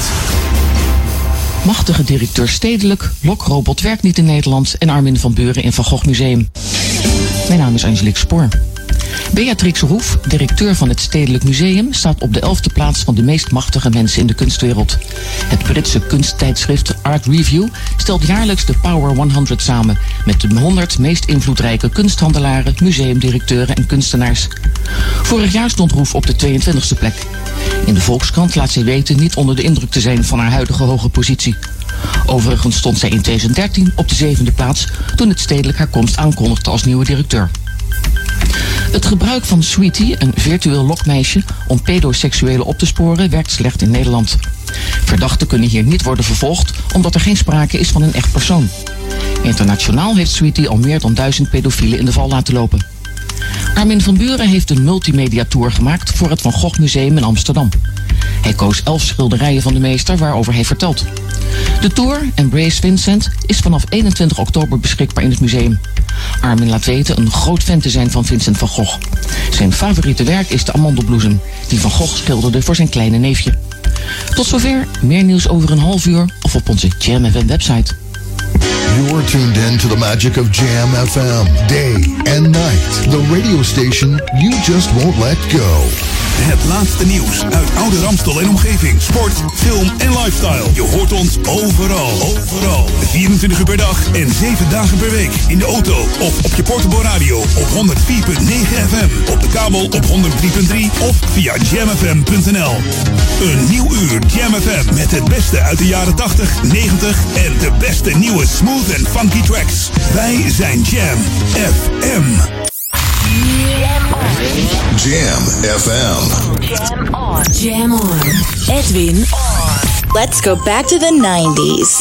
Machtige directeur Stedelijk, Lokrobot werkt niet in Nederland en Armin van Buuren in Van Gogh Museum. Mijn naam is Angelique Spoor. Beatrix Roef, directeur van het Stedelijk Museum, staat op de 11e plaats van de meest machtige mensen in de kunstwereld. Het Britse kunsttijdschrift Art Review stelt jaarlijks de Power 100 samen met de 100 meest invloedrijke kunsthandelaren, museumdirecteuren en kunstenaars. Vorig jaar stond Roef op de 22e plek. In de Volkskrant laat zij weten niet onder de indruk te zijn van haar huidige hoge positie. Overigens stond zij in 2013 op de 7e plaats toen het Stedelijk haar komst aankondigde als nieuwe directeur. Het gebruik van Sweetie, een virtueel lokmeisje, om pedoseksuelen op te sporen, werkt slecht in Nederland. Verdachten kunnen hier niet worden vervolgd, omdat er geen sprake is van een echt persoon. Internationaal heeft Sweetie al meer dan 1000 pedofielen in de val laten lopen. Armin van Buuren heeft een multimedia-tour gemaakt voor het Van Gogh Museum in Amsterdam. Hij koos 11 schilderijen van de meester waarover hij vertelt. De tour, Embrace Vincent, is vanaf 21 oktober beschikbaar in het museum. Armin laat weten een groot fan te zijn van Vincent van Gogh. Zijn favoriete werk is de amandelbloesem, die Van Gogh schilderde voor zijn kleine neefje. Tot zover, meer nieuws over een half uur of op onze Jam FM website. You're tuned in to the magic of Jam FM, day and night. The radio station you just won't let go. Het laatste nieuws uit Oude Ramstel en omgeving. Sport, film en lifestyle. Je hoort ons overal. 24 uur per dag en 7 dagen per week. In de auto of op je portable radio op 104.9 FM. Op de kabel op 103.3 of via jamfm.nl. Een nieuw uur Jam FM met het beste uit de jaren 80, 90 en de beste nieuwe smooth en funky tracks. Wij zijn Jam FM. Jam FM. Jam on. Jam on. Edwin on. Let's go back to the 90s.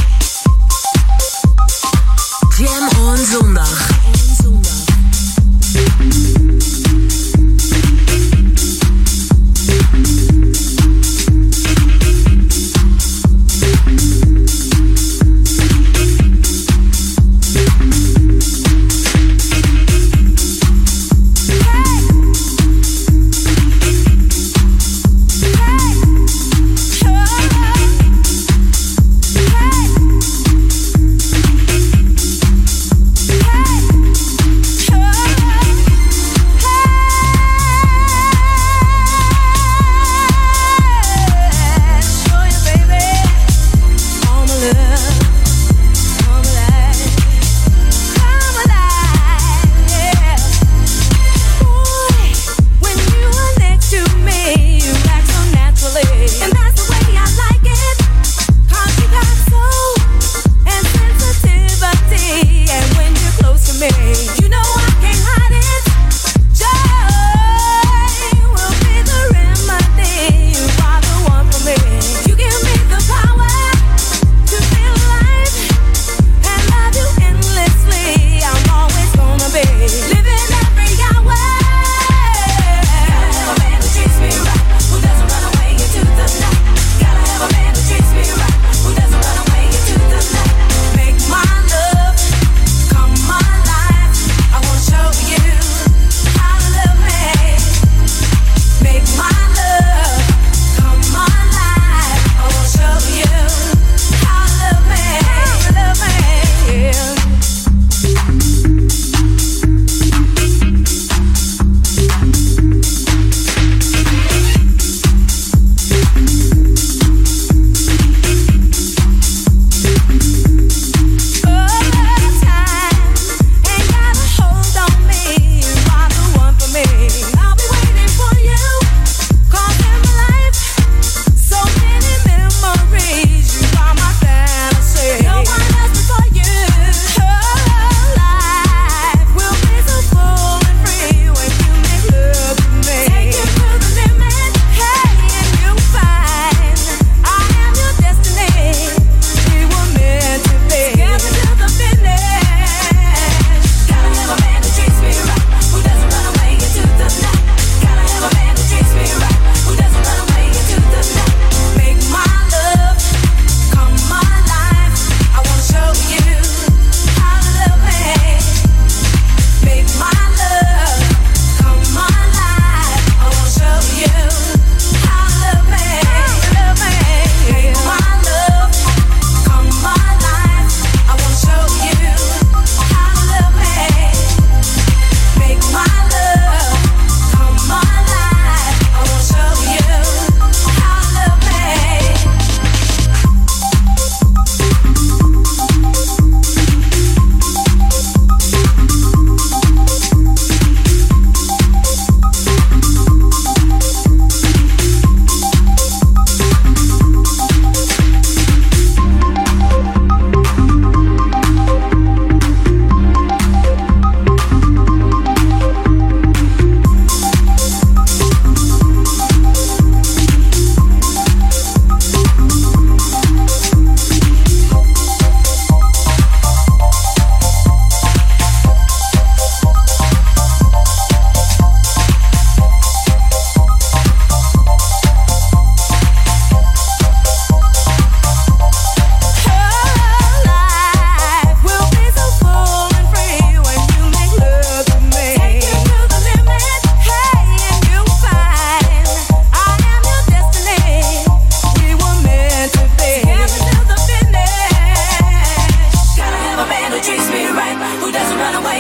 Jam on zondag.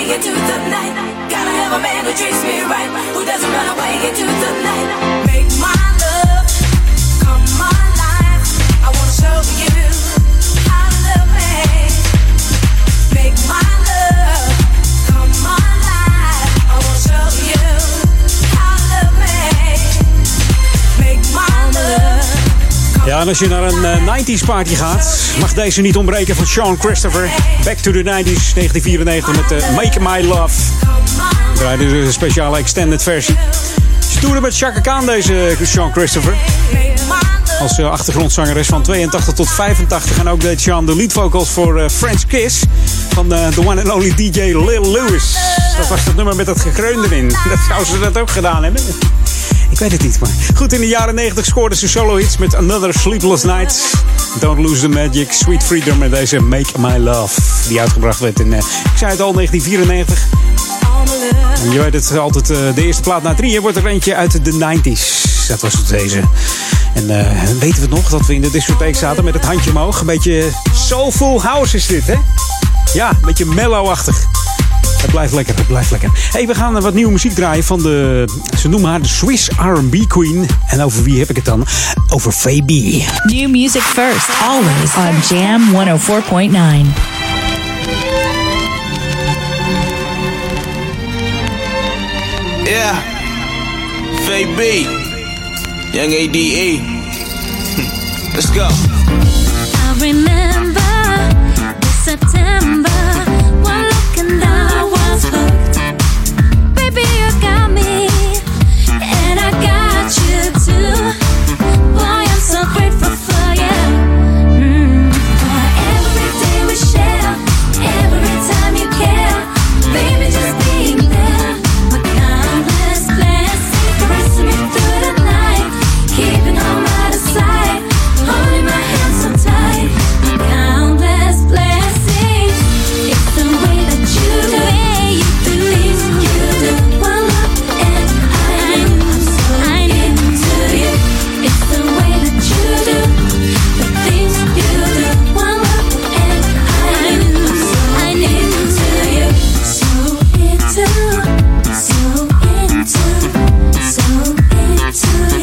into the night. Gotta have a man who treats me right, who doesn't run away into the night. Make my love come alive. I wanna show you how to love me. Make my love come alive. I wanna show you how to love me. Make my love. Ja, en als je naar een 90s party gaat, mag deze niet ontbreken van Sean Christopher. Back to the 90s, 1994 met Make My Love. Draaide dus een speciale extended versie. Ze toerde met Chaka Khan, deze Sean Christopher. Als achtergrondzangeres van 82 tot 85. En ook deed Sean de lead vocals voor French Kiss van the one and only DJ Lil Louis. Dat was dat nummer met dat gekreun erin. Dat zou ze dat ook gedaan hebben. Ik weet het niet, maar goed, in de jaren 90 scoorde ze solo-hits met Another Sleepless Night, Don't Lose the Magic, Sweet Freedom en deze Make My Love, die uitgebracht werd in, ik zei het al, 1994. En je weet het, altijd de eerste plaat na 3 wordt er eentje uit de 90s. Dat was het deze. En weten we het nog, dat we in de discotheek zaten met het handje omhoog. Een beetje soulful house is dit, hè? Ja, een beetje mellow-achtig. Het blijft lekker, het blijft lekker. Hey, we gaan wat nieuwe muziek draaien van ze noemen haar de Swiss R&B Queen. En over wie heb ik het dan? Over Faye. New music first, always on Jam 104.9. Yeah, Faye B, Young ADE. Let's go. I remember this September, one look and I was hooked. Baby, you got me, and I got you too. Boy, I'm so grateful for you. For every day we share, every time you care. Baby, just being there, my countless blessings, caressing me through the night, keeping on by the side, holding my hand so tight. My countless blessings, it's the way that you do, the things you do. One look and I knew I'm so into you. It's the way that you do, the things you do. One look and I knew I'm so into you. So into you. So into you. So into,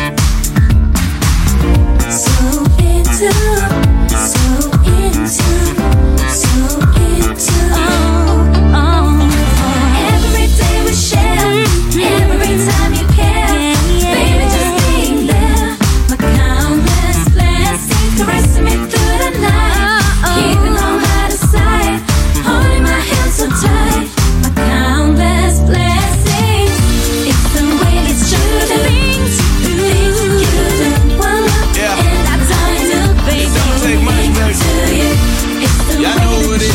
every day we share, every time you care. Baby, just being there, my countless blessings, caressing me through the night, keeping on by the side, holding my hand so tight. My countless blessings, it's the way that you do things you do. One look and I don't do, baby. It don't take much, baby. Y'all know who it is.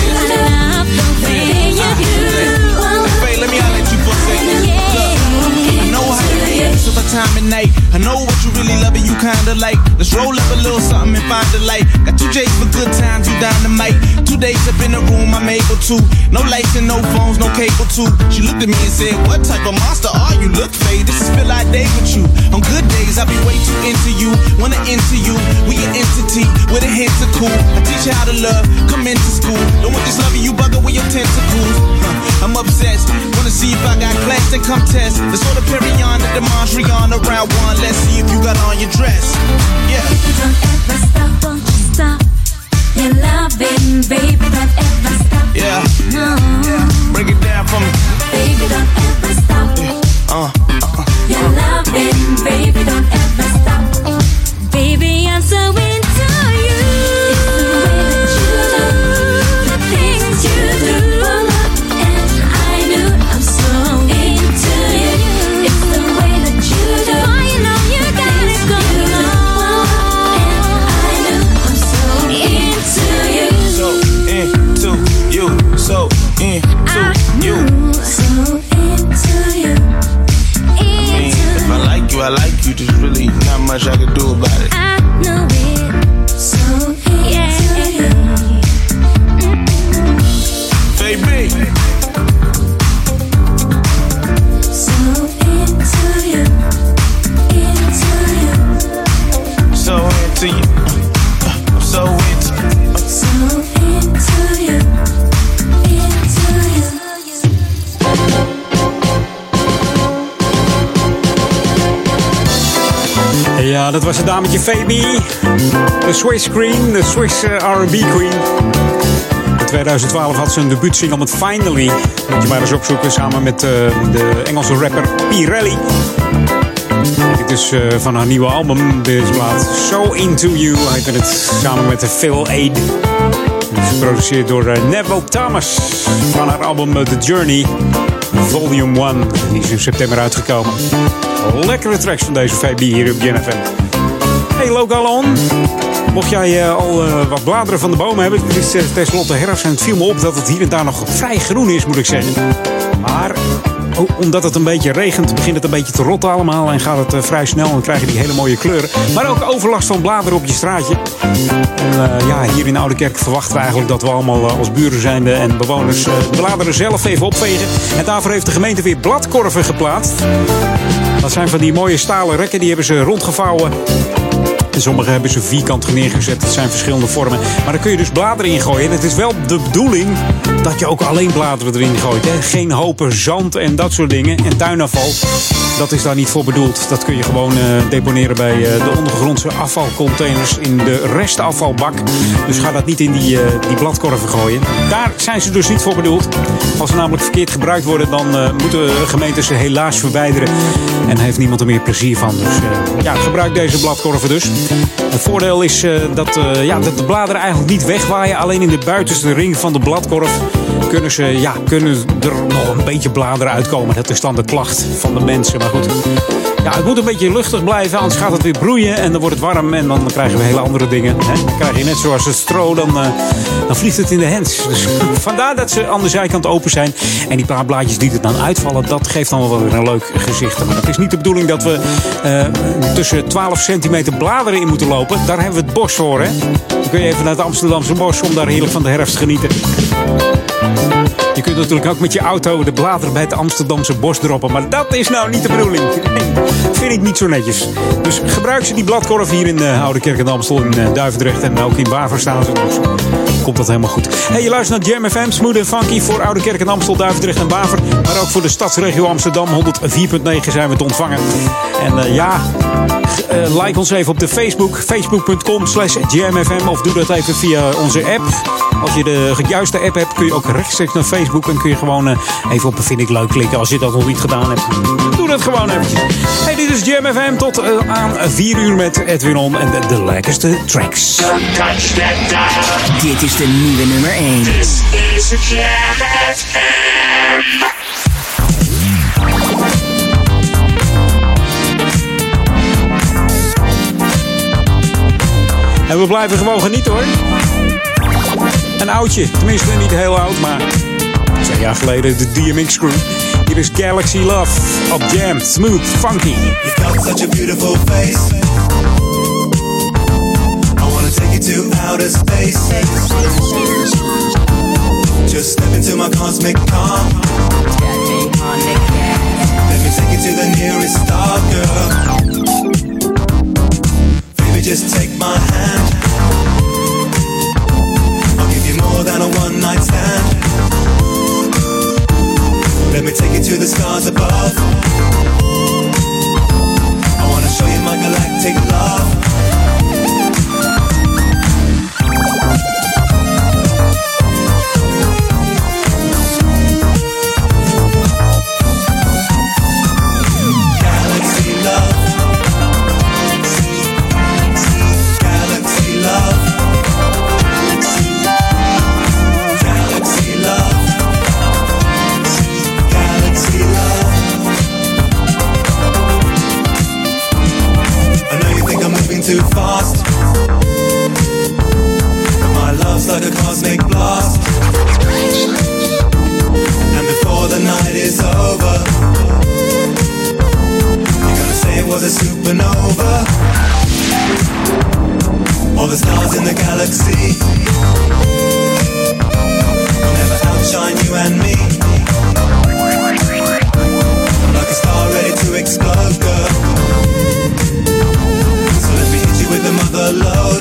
Faye, let me holler at you for a second. Look, I know how you feel so the time at night. I know what you really love and you kinda like. Let's roll up a little something and find the light. Got 2 J's for good times, you dynamite. 2 days up in the room, I'm able to. No lights and no phones, no cable too. She looked at me and said, what type of monster are you? Look, Faye, this is Phil I date with you. On good days, I'll be way too into you. Wanna into you, we an entity with a hint of cool. I teach you how to love, come into school. Don't want this loving you bugger with your tentacles. I'm obsessed, wanna see if I got class, then come test. Let's order Perignon to Demonstration around 1. Let's see if you got on your dress. Yeah. Don't ever stop, won't you stop? Your loving, baby, don't ever stop. Yeah. No. Break it down for me. Baby, don't ever stop. Your loving, baby, don't ever stop. Baby, I'm so into you. It's the way that you do, the things you do. One look and I knew I'm so into you. It's the way that you do. Boy, you know you got it going on. And I knew I'm so into you. So into you. So Ja, dat was het dametje Fabi. De Swiss Queen, de Swiss R&B Queen. In 2012 had ze een debuutsingle met Finally. Moet je maar eens opzoeken, samen met de Engelse rapper Pirelli. Dit is van haar nieuwe album, deze plaat. So Into You heette het, samen met Phil Aid. Het is geproduceerd door Neville Thomas van haar album The Journey, Volume 1. Die is in september uitgekomen. Lekkere tracks van deze Fabi hier op JamFM. Hey Lokalon, mocht jij al wat bladeren van de bomen hebben, het is tenslotte herfst en het viel me op dat het hier en daar nog vrij groen is, moet ik zeggen. Maar omdat het een beetje regent, begint het een beetje te rotten allemaal en gaat het vrij snel en krijg je die hele mooie kleuren. Maar ook overlast van bladeren op je straatje. En hier in Oudekerk verwachten we eigenlijk dat we allemaal als buren zijnde en bewoners de bladeren zelf even opvegen. En daarvoor heeft de gemeente weer bladkorven geplaatst. Dat zijn van die mooie stalen rekken, die hebben ze rondgevouwen. En sommige hebben ze vierkant neergezet. Het zijn verschillende vormen. Maar daar kun je dus bladeren in gooien. En het is wel de bedoeling dat je ook alleen bladeren erin gooit. Hè? Geen hopen zand en dat soort dingen. En tuinafval. Dat is daar niet voor bedoeld. Dat kun je gewoon deponeren bij de ondergrondse afvalcontainers in de restafvalbak. Dus ga dat niet in die bladkorven gooien. Daar zijn ze dus niet voor bedoeld. Als ze namelijk verkeerd gebruikt worden, dan moeten gemeenten ze helaas verwijderen. En heeft niemand er meer plezier van. Dus gebruik deze bladkorven dus. Het voordeel is dat de bladeren eigenlijk niet wegwaaien. Alleen in de buitenste ring van de bladkorf kunnen er nog een beetje bladeren uitkomen. Dat is dan de klacht van de mensen. Maar goed, het moet een beetje luchtig blijven. Anders gaat het weer broeien en dan wordt het warm. En dan krijgen we hele andere dingen. Hè? Dan krijg je net zoals het stro, dan vliegt het in de hand. Dus vandaar dat ze aan de zijkant open zijn. En die paar blaadjes die er dan uitvallen, dat geeft dan wel weer een leuk gezicht. Maar het is niet de bedoeling dat we tussen 12 centimeter bladeren in moeten lopen. Daar hebben we het bos voor, hè. Dan kun je even naar het Amsterdamse bos om daar heerlijk van de herfst te genieten. Je kunt natuurlijk ook met je auto de bladeren bij het Amsterdamse bos droppen. Maar dat is nou niet de bedoeling. Nee, vind ik niet zo netjes. Dus gebruik ze die bladkorf hier in Oudekerk en Amstel, in Duivendrecht en ook in Waver staan ze. Dus komt dat helemaal goed. Hey, je luistert naar Jam FM, smooth en funky voor Oudekerk en Amstel, Duivendrecht en Waver. Maar ook voor de stadsregio Amsterdam, 104.9 zijn we te ontvangen. En like ons even op de Facebook, facebook.com/jamfm, of doe dat even via onze app. Als je de juiste app hebt, kun je ook rechtstreeks naar Facebook en kun je gewoon even op vind ik leuk klikken als je dat nog niet gedaan hebt. Doe dat gewoon eventjes. Hey, dit is Jam FM tot aan 4 uur met Edwin On en de lekkerste tracks. Dit is de nieuwe nummer 1. This is Jam FM. En we blijven gewoon genieten, hoor. Een oudje, tenminste niet heel oud, maar 2 jaar geleden de DMX Crew. Hier is Galaxy Love op Jam, smooth, funky. You've got such a beautiful face. I wanna take you to outer space. Just step into my cosmic car. Let me take you to the nearest star, girl. Baby, just take my hand. More than a one-night stand. Let me take you to the stars above. I wanna show you my galactic love. Galaxy love. Galaxy love. Too fast. My love's like a cosmic blast. And before the night is over, you're gonna say it was a supernova. All the stars in the galaxy will never outshine you and me. I'm like a star ready to explode, girl. With the mother load.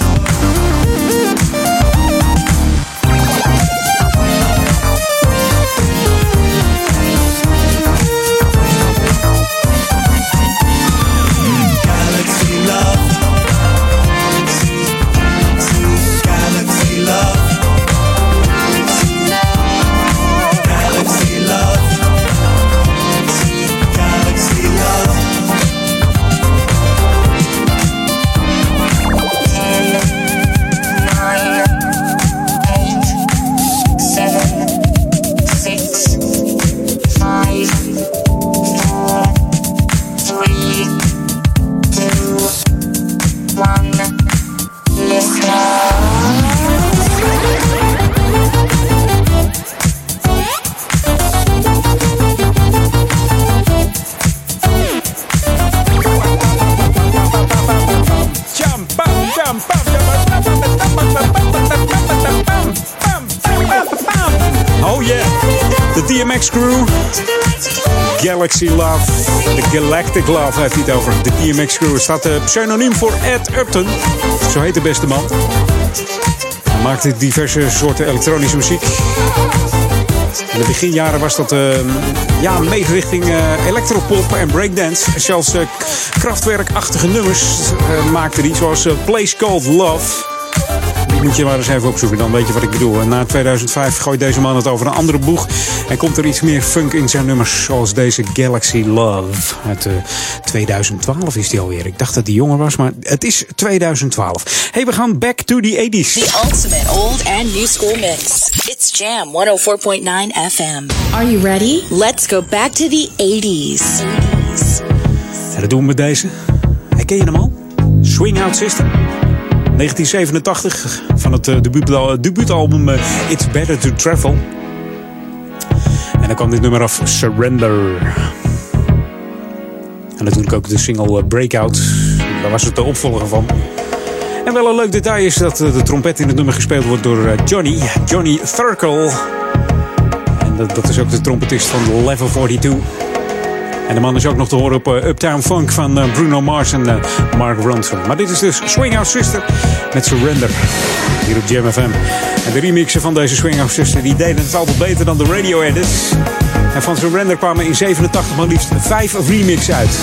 Galaxy love. De DMX Crew. Galaxy Love. De Galactic Love heeft hij het over. De DMX Crew staat pseudoniem voor Ed Upton. Zo heet de beste man. Hij maakte diverse soorten elektronische muziek. In de beginjaren was dat meer richting electropop en breakdance. Zelfs krachtwerkachtige nummers maakte hij, zoals Place Called Love. Die moet je maar eens even opzoeken, dan weet je wat ik bedoel. En na 2005 gooit deze man het over een andere boeg. En komt er iets meer funk in zijn nummers, zoals deze Galaxy Love. Uit 2012 is die alweer. Ik dacht dat die jonger was, maar het is 2012. Hey, we gaan back to the 80s. The ultimate old and new school mix. It's Jam 104.9 FM. Are you ready? Let's go back to the 80s. En dat doen we met deze. Ken je hem al? Swing Out Sister. 1987 van het debuutalbum It's Better to Travel. En dan kwam dit nummer af, Surrender. En natuurlijk ook de single Breakout. Daar was het de opvolger van. En wel een leuk detail is dat de trompet in het nummer gespeeld wordt door Johnny Thurkel. En dat is ook de trompetist van Level 42. En de man is ook nog te horen op Uptown Funk van Bruno Mars en Mark Ronson. Maar dit is dus Swing Out Sister met Surrender. Hier op Jam FM. En de remixen van deze Swing Out Sister die deden het altijd beter dan de radio edits. En van Surrender kwamen in 87 maar liefst 5 remixen uit.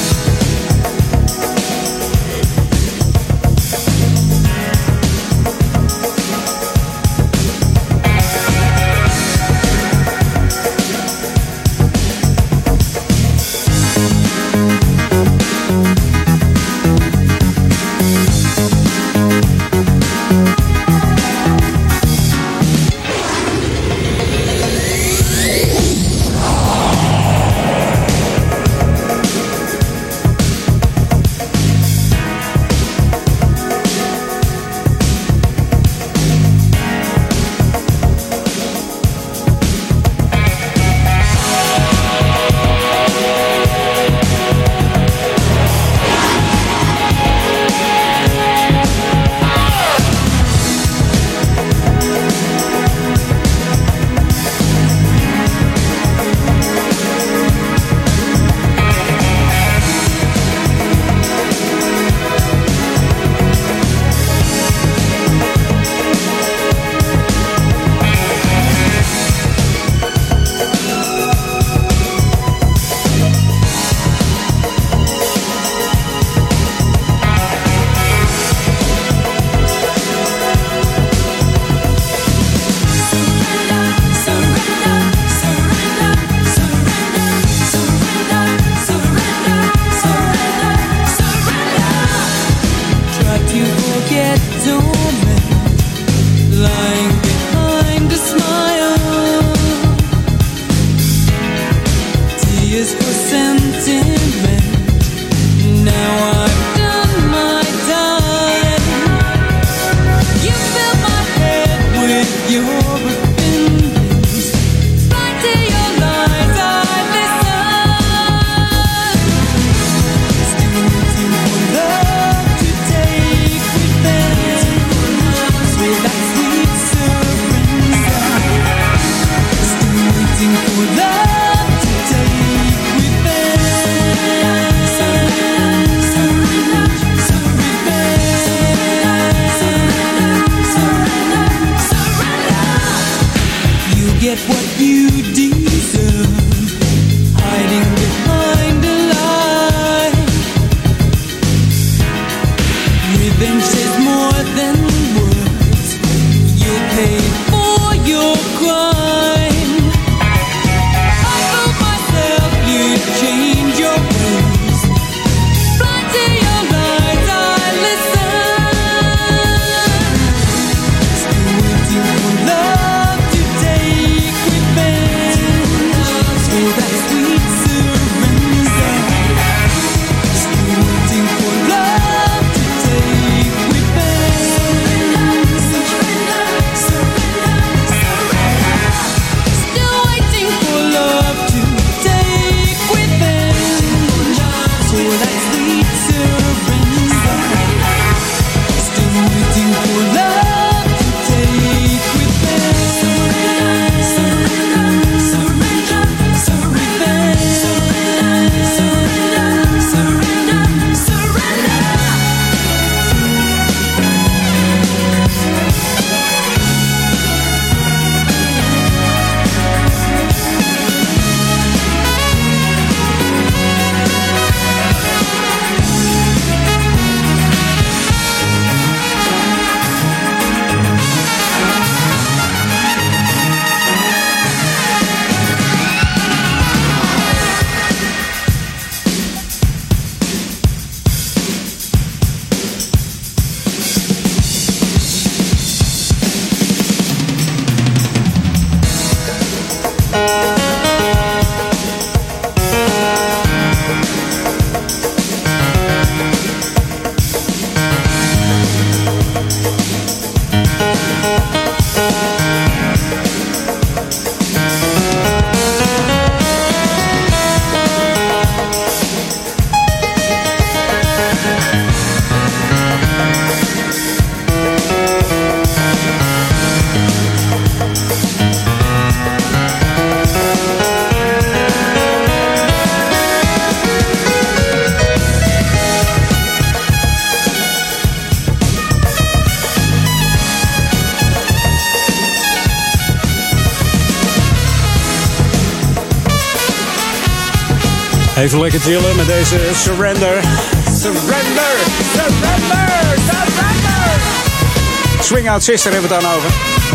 Even lekker chillen met deze Surrender. Surrender! Surrender! Surrender! Swing Out Sister hebben we het dan over.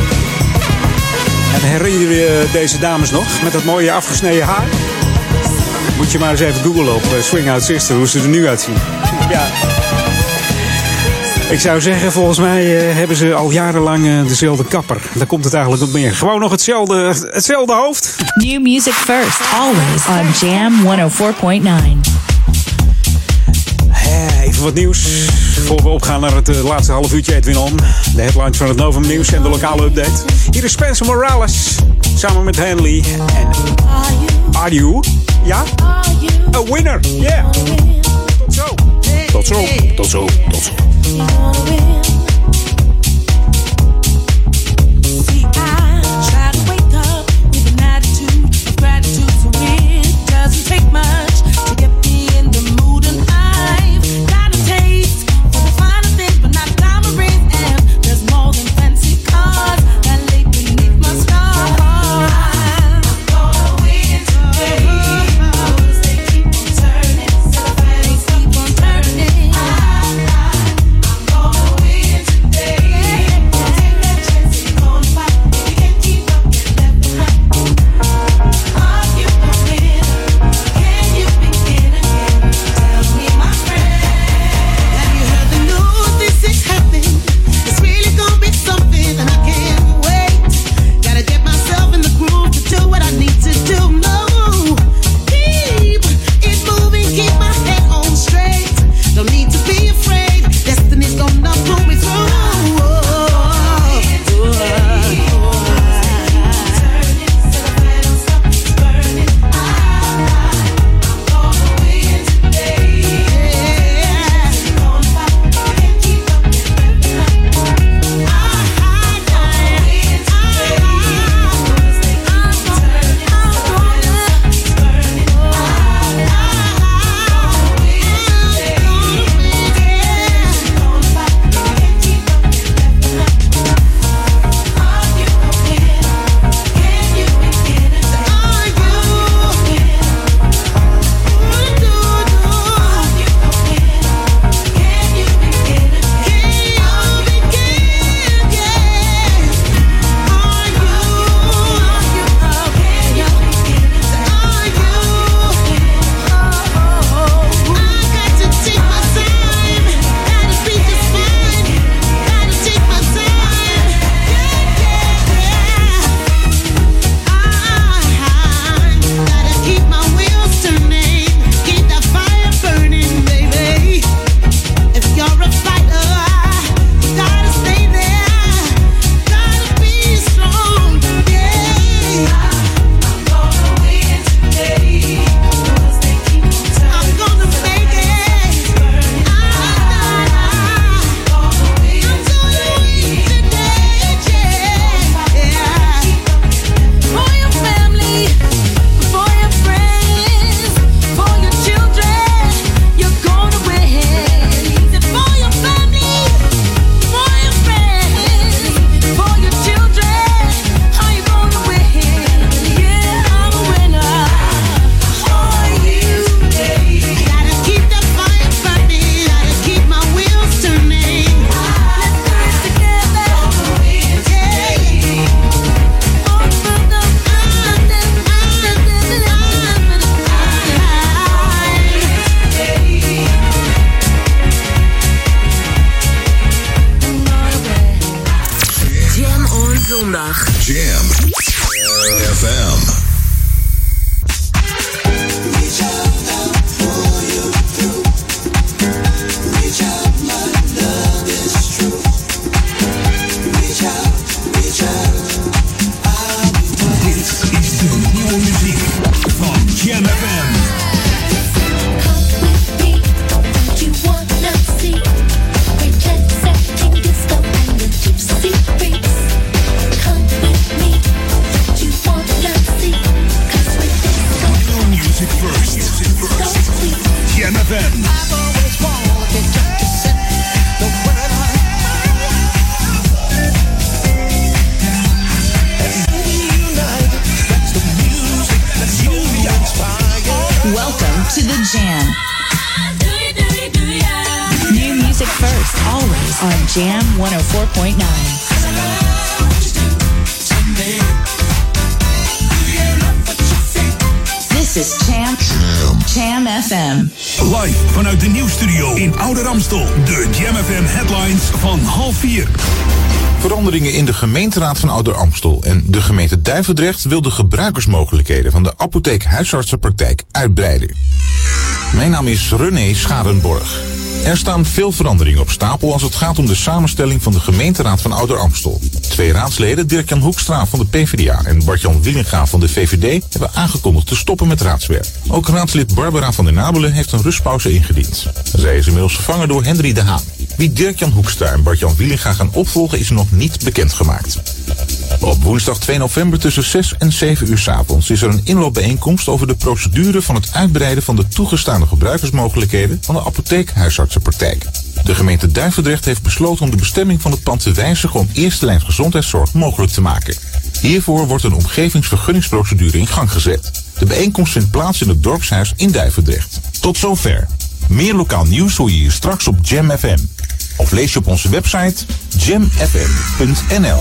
En herinner je deze dames nog? Met dat mooie afgesneden haar? Moet je maar eens even googlen op Swing Out Sister, hoe ze er nu uitzien. Ja. Ik zou zeggen, volgens mij hebben ze al jarenlang dezelfde kapper. Daar komt het eigenlijk op neer. Gewoon nog hetzelfde hoofd. New music first, always on Jam 104.9. Even wat nieuws. Voor we opgaan naar het laatste half uurtje, Edwin On. De headlines van het Novum Nieuws en de lokale update. Hier is Spencer Morales. Samen met Hanley. En Are You? Ja? A winner. Yeah. Tot zo. Tot zo. Tot zo. Tot zo. Jam FM. to the Jam. New music first, always on Jam 104.9. This is Jam FM. Live vanuit de nieuwsstudio in Oude Ramstel. De Jam FM headlines van 3:30. Veranderingen in de gemeenteraad van Ouder Amstel en de gemeente Duivendrecht wil de gebruikersmogelijkheden van de apotheek-huisartsenpraktijk uitbreiden. Mijn naam is René Scharenborg. Er staan veel veranderingen op stapel als het gaat om de samenstelling van de gemeenteraad van Ouder Amstel. 2 raadsleden, Dirk-Jan Hoekstra van de PvdA en Bart-Jan Willinga van de VVD, hebben aangekondigd te stoppen met raadswerk. Ook raadslid Barbara van der Nabelen heeft een rustpauze ingediend. Zij is inmiddels vervangen door Henry de Haan. Wie Dirk-Jan Hoekstra en Bart-Jan Willinga gaan opvolgen is nog niet bekendgemaakt. Op woensdag 2 november tussen 6 en 7 uur 's avonds is er een inloopbijeenkomst over de procedure van het uitbreiden van de toegestane gebruikersmogelijkheden van de apotheek-huisartsenpraktijk. De gemeente Duivendrecht heeft besloten om de bestemming van het pand te wijzigen om eerste lijns gezondheidszorg mogelijk te maken. Hiervoor wordt een omgevingsvergunningsprocedure in gang gezet. De bijeenkomst vindt plaats in het dorpshuis in Duivendrecht. Tot zover. Meer lokaal nieuws hoor je hier straks op Jam FM. Of lees je op onze website jamfm.nl.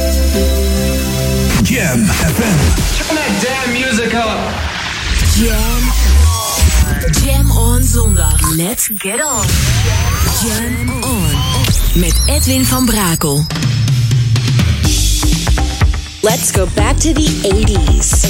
Jam FM. Turn that damn music up. Jam on zondag. Let's get on. Jam on. Met Edwin van Brakel. Let's go back to the 80s.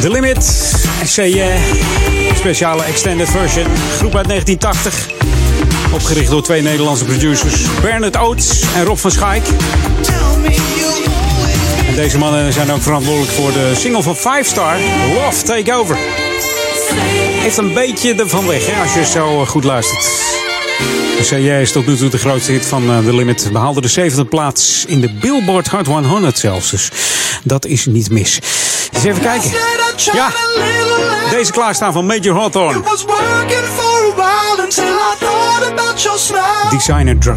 The Limit. SCE. Speciale extended version. Groep uit 1980. Opgericht door 2 Nederlandse producers. Bernard Oates en Rob van Schaik. En deze mannen zijn ook verantwoordelijk voor de single van 5 Star. Love Takeover. Heeft een beetje ervan weg, hè, als je zo goed luistert. SCE is tot nu toe de grootste hit van The Limit. Behaalde de 7e plaats in de Billboard Hot 100 zelfs. Dus dat is niet mis. Eens even kijken. Ja, deze klaarstaan van Major Hawthorne. Designer Drug.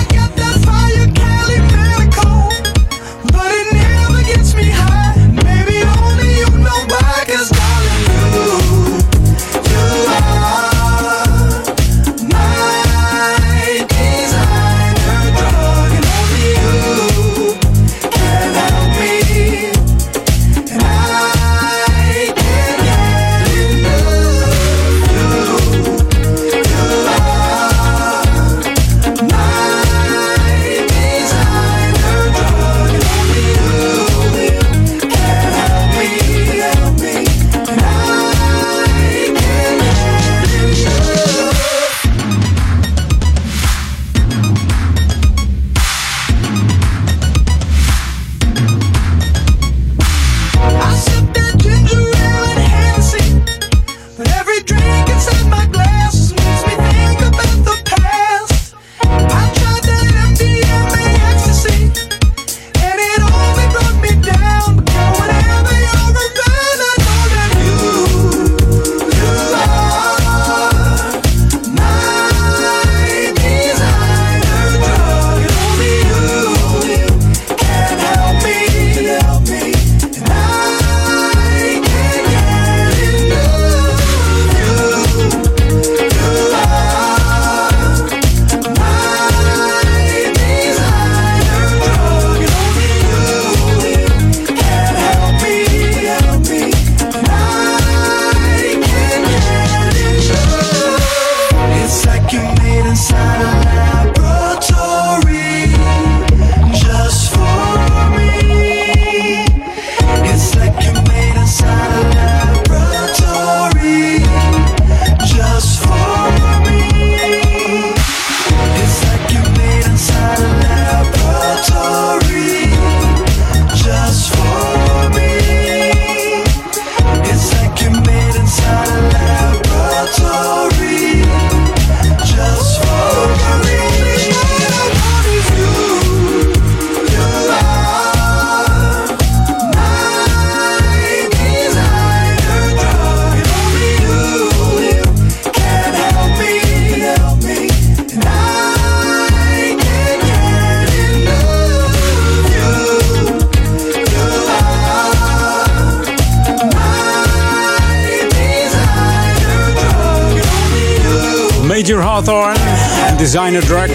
Major Hawthorne, Designer Drug.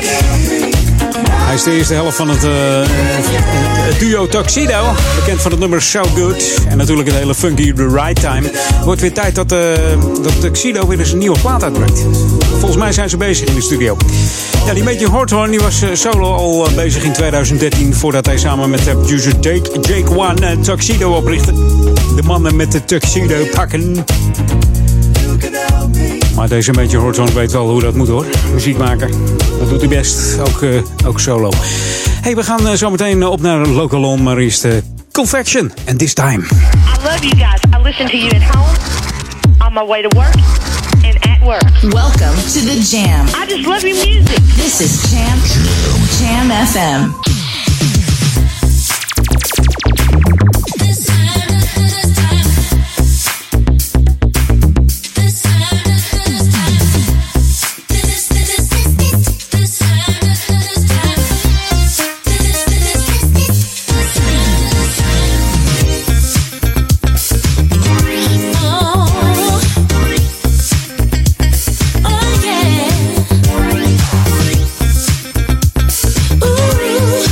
Hij is de eerste helft van het duo Tuxedo. Bekend van het nummer So Good. En natuurlijk het hele funky The Right Time. Het wordt weer tijd dat Tuxedo weer eens een nieuwe plaat uitbrengt. Volgens mij zijn ze bezig in de studio. Ja, die Major Hawthorne die was solo al bezig in 2013. Voordat hij samen met producer Jake One Tuxedo oprichtte. De mannen met de Tuxedo pakken. Maar deze Major Hawthorne weet wel hoe dat moet, hoor. Muziek maken. Dat doet hij best. Ook solo. Hey, we gaan zo meteen op naar Local On. Maar eerst Confection. And This Time. I love you guys. I listen to you at home, on my way to work, and at work. Welcome to the Jam. I just love your music. This is Jam FM. Ooh.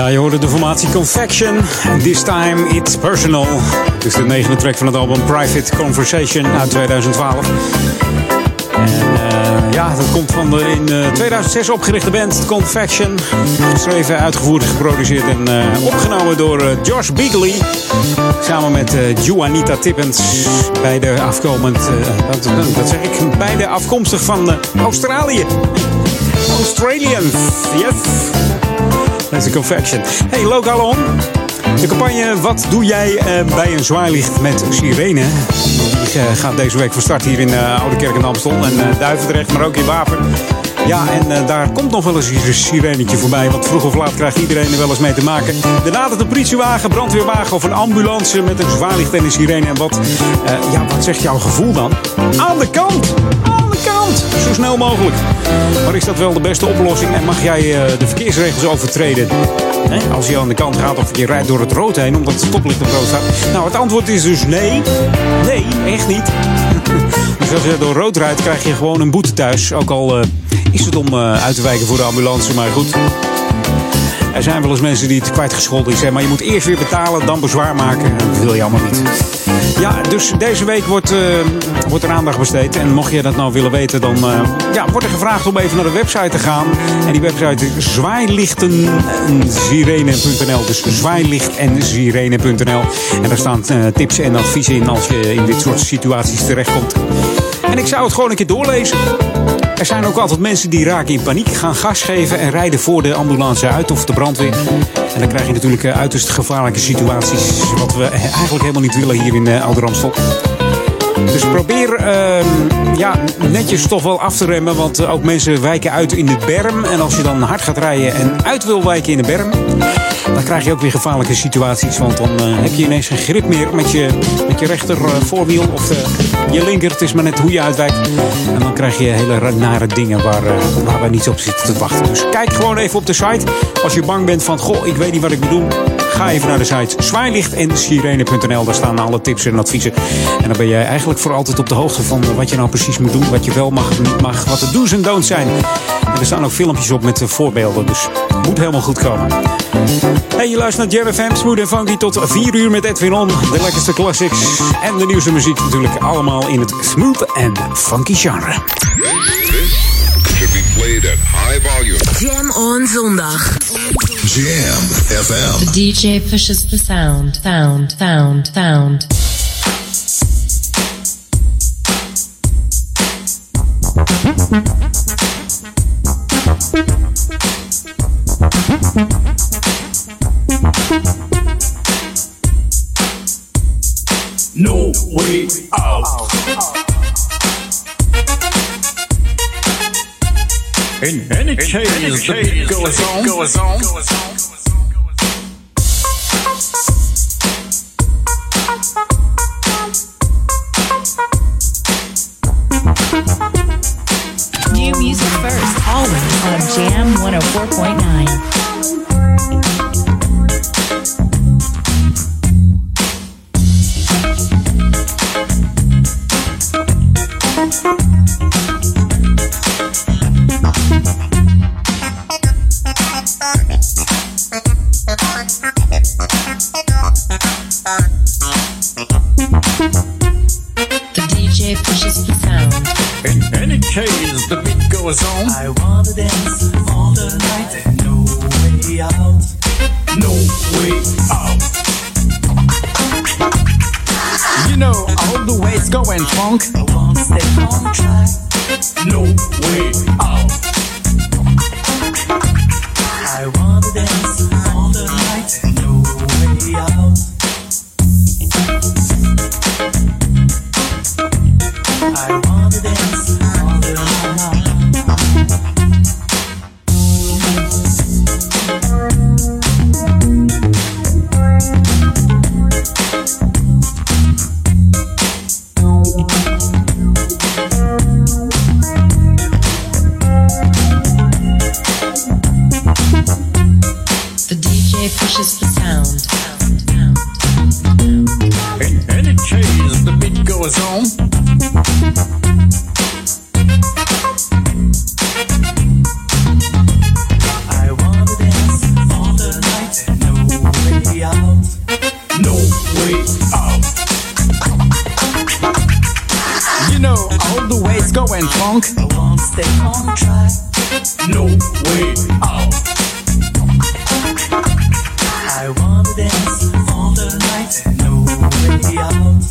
je hoorde de formatie Confection. This time it's personal. Het is de 9e track van het album Private Conversation uit 2012. En dat komt van de in 2006 opgerichte band Confection. Geschreven, uitgevoerd, geproduceerd en opgenomen door Josh Bigley. Samen met Juanita Tippens. Beide beide afkomstig van Australië. Australians, yes. Dat is een Confection. Hey, Lokalon. De campagne Wat doe jij bij een zwaailicht met sirene? Die gaat deze week van start hier in Oude Kerk en Amstel en Duivendrecht, maar ook in Wapen. Ja, en daar komt nog wel eens een sirenetje voorbij, want vroeg of laat krijgt iedereen er wel eens mee te maken. Er nadert een politiewagen, brandweerwagen of een ambulance met een zwaailicht en een sirene. En wat zegt jouw gevoel dan? Aan de kant! Aan de kant! Zo snel mogelijk. Maar is dat wel de beste oplossing en mag jij de verkeersregels overtreden? Als je aan de kant gaat of je rijdt door het rood heen omdat het stoplicht op rood staat. Nou, het antwoord is dus nee. Nee, echt niet. Dus als je door rood rijdt, krijg je gewoon een boete thuis. Ook al is het om uit te wijken voor de ambulance, maar goed. Er zijn wel eens mensen die het kwijtgescholden zijn, maar je moet eerst weer betalen, dan bezwaar maken. Dat wil je allemaal niet. Ja, dus deze week wordt er aandacht besteed. En mocht je dat nou willen weten, dan wordt er gevraagd om even naar de website te gaan. En die website is zwaailichtensirene.nl. Dus zwaailichtensirene.nl. En daar staan tips en adviezen in als je in dit soort situaties terechtkomt. En ik zou het gewoon een keer doorlezen. Er zijn ook altijd mensen die raken in paniek, gaan gas geven en rijden voor de ambulance uit of de brandweer. En dan krijg je natuurlijk uiterst gevaarlijke situaties, wat we eigenlijk helemaal niet willen hier in Ouder-Amstel. Dus probeer netjes toch wel af te remmen, want ook mensen wijken uit in de berm. En als je dan hard gaat rijden en uit wil wijken in de berm, dan krijg je ook weer gevaarlijke situaties. Want dan heb je ineens geen grip meer met je rechter voorwiel of je linker. Het is maar net hoe je uitwijkt. En dan krijg je hele nare dingen waar we niet op zitten te wachten. Dus kijk gewoon even op de site. Als je bang bent van, ik weet niet wat ik moet doen. Ga even naar de site zwaailichtensirene.nl. Daar staan alle tips en adviezen. En dan ben je eigenlijk voor altijd op de hoogte van wat je nou precies moet doen. Wat je wel mag of niet mag. Wat de do's en don'ts zijn. En er staan ook filmpjes op met voorbeelden. Dus het moet helemaal goed komen. Hey, je luistert naar Jam FM, Smooth en Funky tot 4 uur met Edwin On. De lekkerste classics en de nieuwste muziek natuurlijk. Allemaal in het smooth en funky genre. Should be played at high volume. Jam on zondag. Jam FM. The DJ pushes the sound. No way out. In any case, the beat goes on. New music first, always on Jam 104.9. The DJ pushes the sound. In any case, the beat goes on. I wanna dance all the night and no way out. No way out. You know all the ways going funk. I wanna stay on track. No way out. I wanna dance all the night and no way out. I wanna dance all the night. The DJ pushes the sound. In any case, the beat goes on. I wanna dance all the night. and funk. I won't stay on track. No way out. I wanna dance all the night. No way out.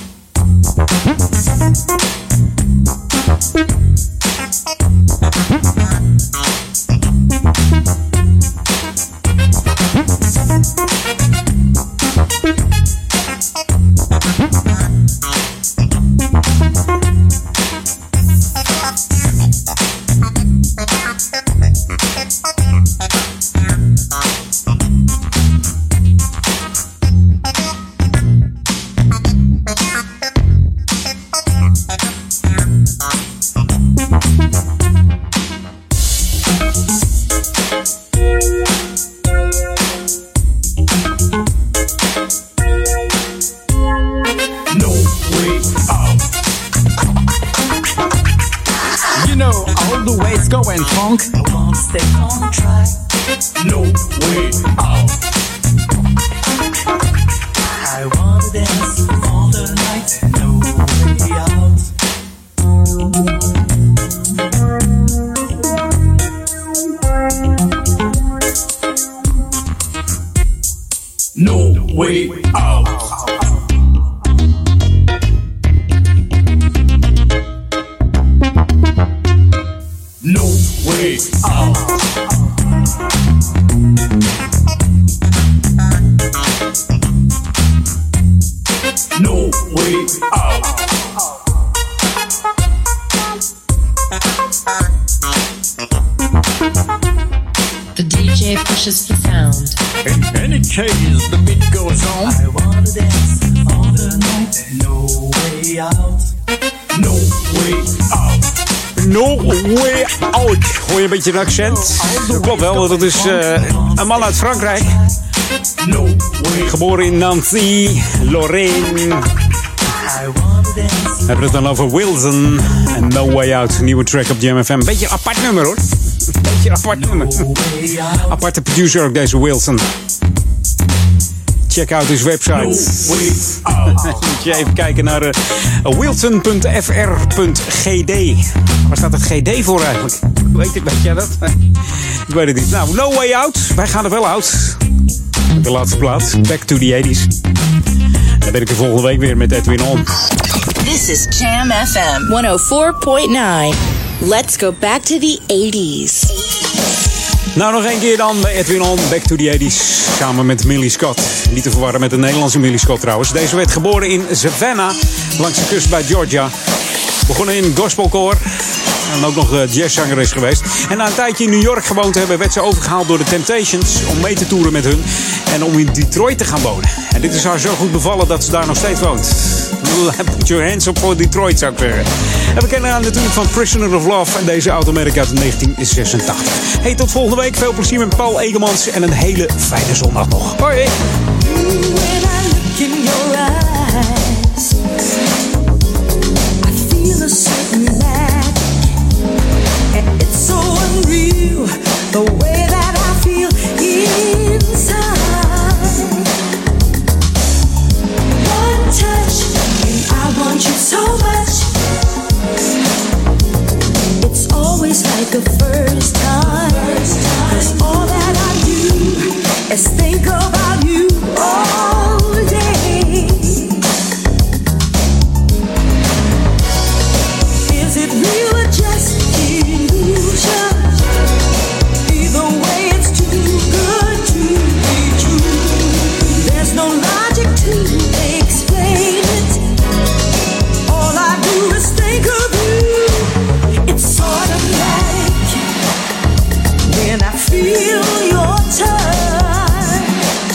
Een accent. Dat klopt wel, dat is een man uit Frankrijk. Geboren in Nancy, Lorraine. We hebben het dan over Wilson en No Way Out. Nieuwe track op Jam FM. Beetje een apart nummer hoor. Beetje een apart nummer. Aparte producer ook deze Wilson. Check out his website. Moet je even kijken naar wilson.fr.gd. Waar staat het GD voor eigenlijk? Weet jij dat? Ik weet het niet. Nou, No Way Out. Wij gaan er wel uit. De laatste plaat. Back to the 80s. Dan ben ik er volgende week weer met Edwin On. This is Jam FM 104.9. Let's go back to the 80s. Nou, nog één keer dan bij Edwin On, Back to the 80s. Samen met Millie Scott. Niet te verwarren met de Nederlandse Millie Scott trouwens. Deze werd geboren in Savannah, langs de kust bij Georgia. Begonnen in gospelkoor. En ook nog jazzzanger is geweest. En na een tijdje in New York gewoond te hebben, werd ze overgehaald door de Temptations om mee te toeren met hun. En om in Detroit te gaan wonen. En dit is haar zo goed bevallen dat ze daar nog steeds woont. Put your hands up voor Detroit, zou ik zeggen. En we kennen haar natuurlijk van Prisoner of Love en deze automerk uit 1986. Hey, tot volgende week. Veel plezier met Paul Egemans en een hele fijne zondag nog. Hoi! It's so unreal, the way that I feel inside. One touch, and I want you so much. It's always like the first time. 'Cause all that I do is think about you all day. Is it real or just illusion? Either way, it's too good to be true. There's no logic to explain it. All I do is think of you. It's automatic when I feel your touch.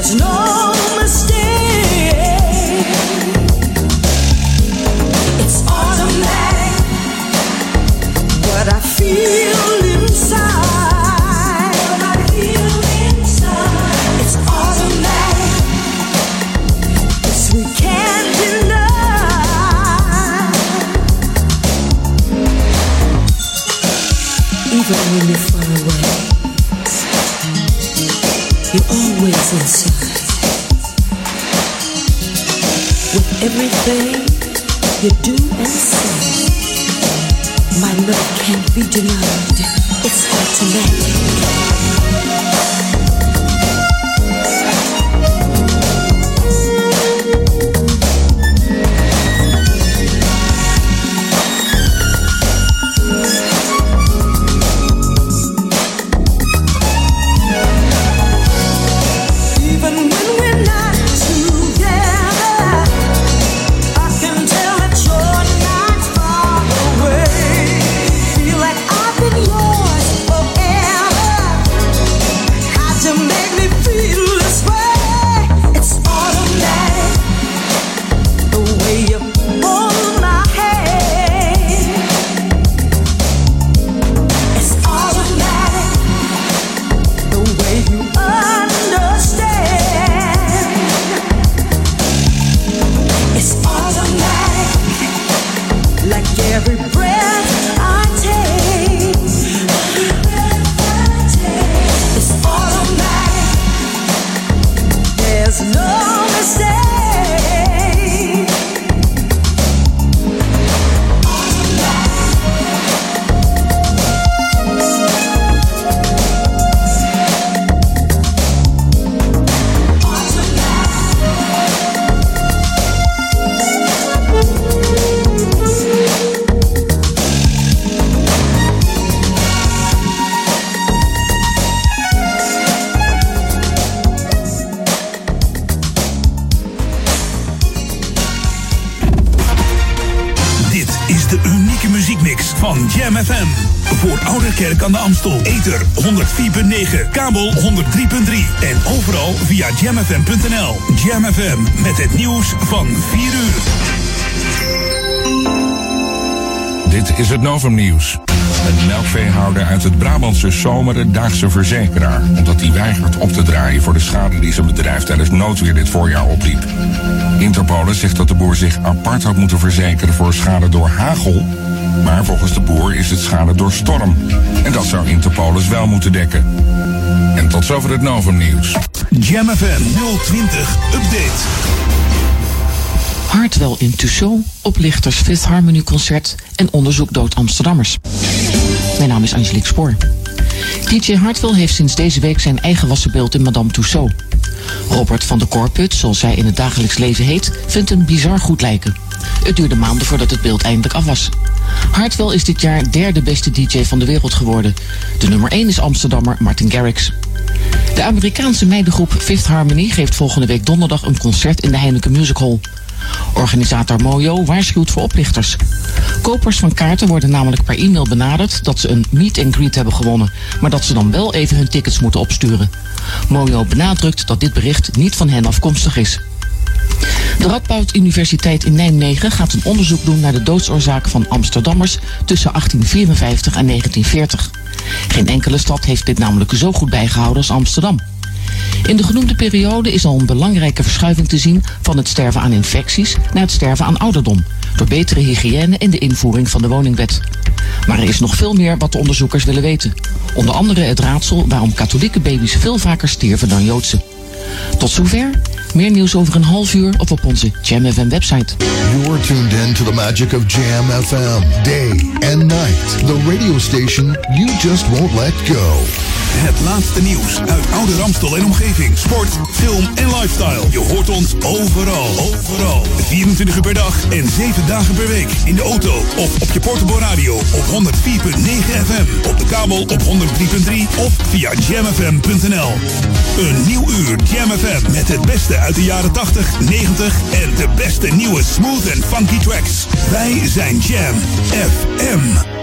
It's no mistake. It's automatic. What I feel inside. It's automatic. This we can't deny. Even when you're far away, you're always inside. With everything you do and say, my love can't be denied. It's automatic. van Jam FM. Voor Ouderkerk aan de Amstel. Ether 104.9, kabel 103.3 en overal via jamfm.nl. Jam FM met het nieuws van 4 uur. Dit is het Novum Nieuws. Een melkveehouder uit het Brabantse Zomeren daagt zijn verzekeraar, omdat hij weigert op te draaien voor de schade die zijn bedrijf tijdens noodweer dit voorjaar opliep. Interpolis zegt dat de boer zich apart had moeten verzekeren voor schade door hagel, maar volgens de boer is het schade door storm. En dat zou Interpolis wel moeten dekken. En tot zover het Novum Nieuws. Jam FM 020 Update. Hartwell in Tussaud, oplichters Fifth Harmony concert en onderzoek dood Amsterdammers. Mijn naam is Angelique Spoor. DJ Hartwell heeft sinds deze week zijn eigen wassenbeeld in Madame Tussaud. Robert van de Korput, zoals zij in het dagelijks leven heet, vindt hem bizar goed lijken. Het duurde maanden voordat het beeld eindelijk af was. Hartwell is dit jaar derde beste DJ van de wereld geworden. De nummer 1 is Amsterdammer Martin Garrix. De Amerikaanse meidengroep Fifth Harmony geeft volgende week donderdag een concert in de Heineken Music Hall. Organisator Mojo waarschuwt voor oplichters. Kopers van kaarten worden namelijk per e-mail benaderd dat ze een meet and greet hebben gewonnen, maar dat ze dan wel even hun tickets moeten opsturen. Mojo benadrukt dat dit bericht niet van hen afkomstig is. De Radboud Universiteit in Nijmegen gaat een onderzoek doen naar de doodsoorzaak van Amsterdammers tussen 1854 en 1940. Geen enkele stad heeft dit namelijk zo goed bijgehouden als Amsterdam. In de genoemde periode is al een belangrijke verschuiving te zien van het sterven aan infecties naar het sterven aan ouderdom, door betere hygiëne en de invoering van de woningwet. Maar er is nog veel meer wat de onderzoekers willen weten. Onder andere het raadsel waarom katholieke baby's veel vaker stierven dan Joodse. Tot zover. Meer nieuws over een half uur of op onze Jam FM website. You're tuned in to the magic of Jam FM. Day and night. The radio station you just won't let go. Het laatste nieuws uit Oude Ramstel en omgeving. Sport, film en lifestyle. Je hoort ons overal. 24 uur per dag en 7 dagen per week. In de auto of op je portable radio op 104.9 FM. Op de kabel op 103.3 of via jamfm.nl. Een nieuw uur Jam FM met het beste uit de jaren 80, 90 en de beste nieuwe smooth en funky tracks. Wij zijn Jam FM.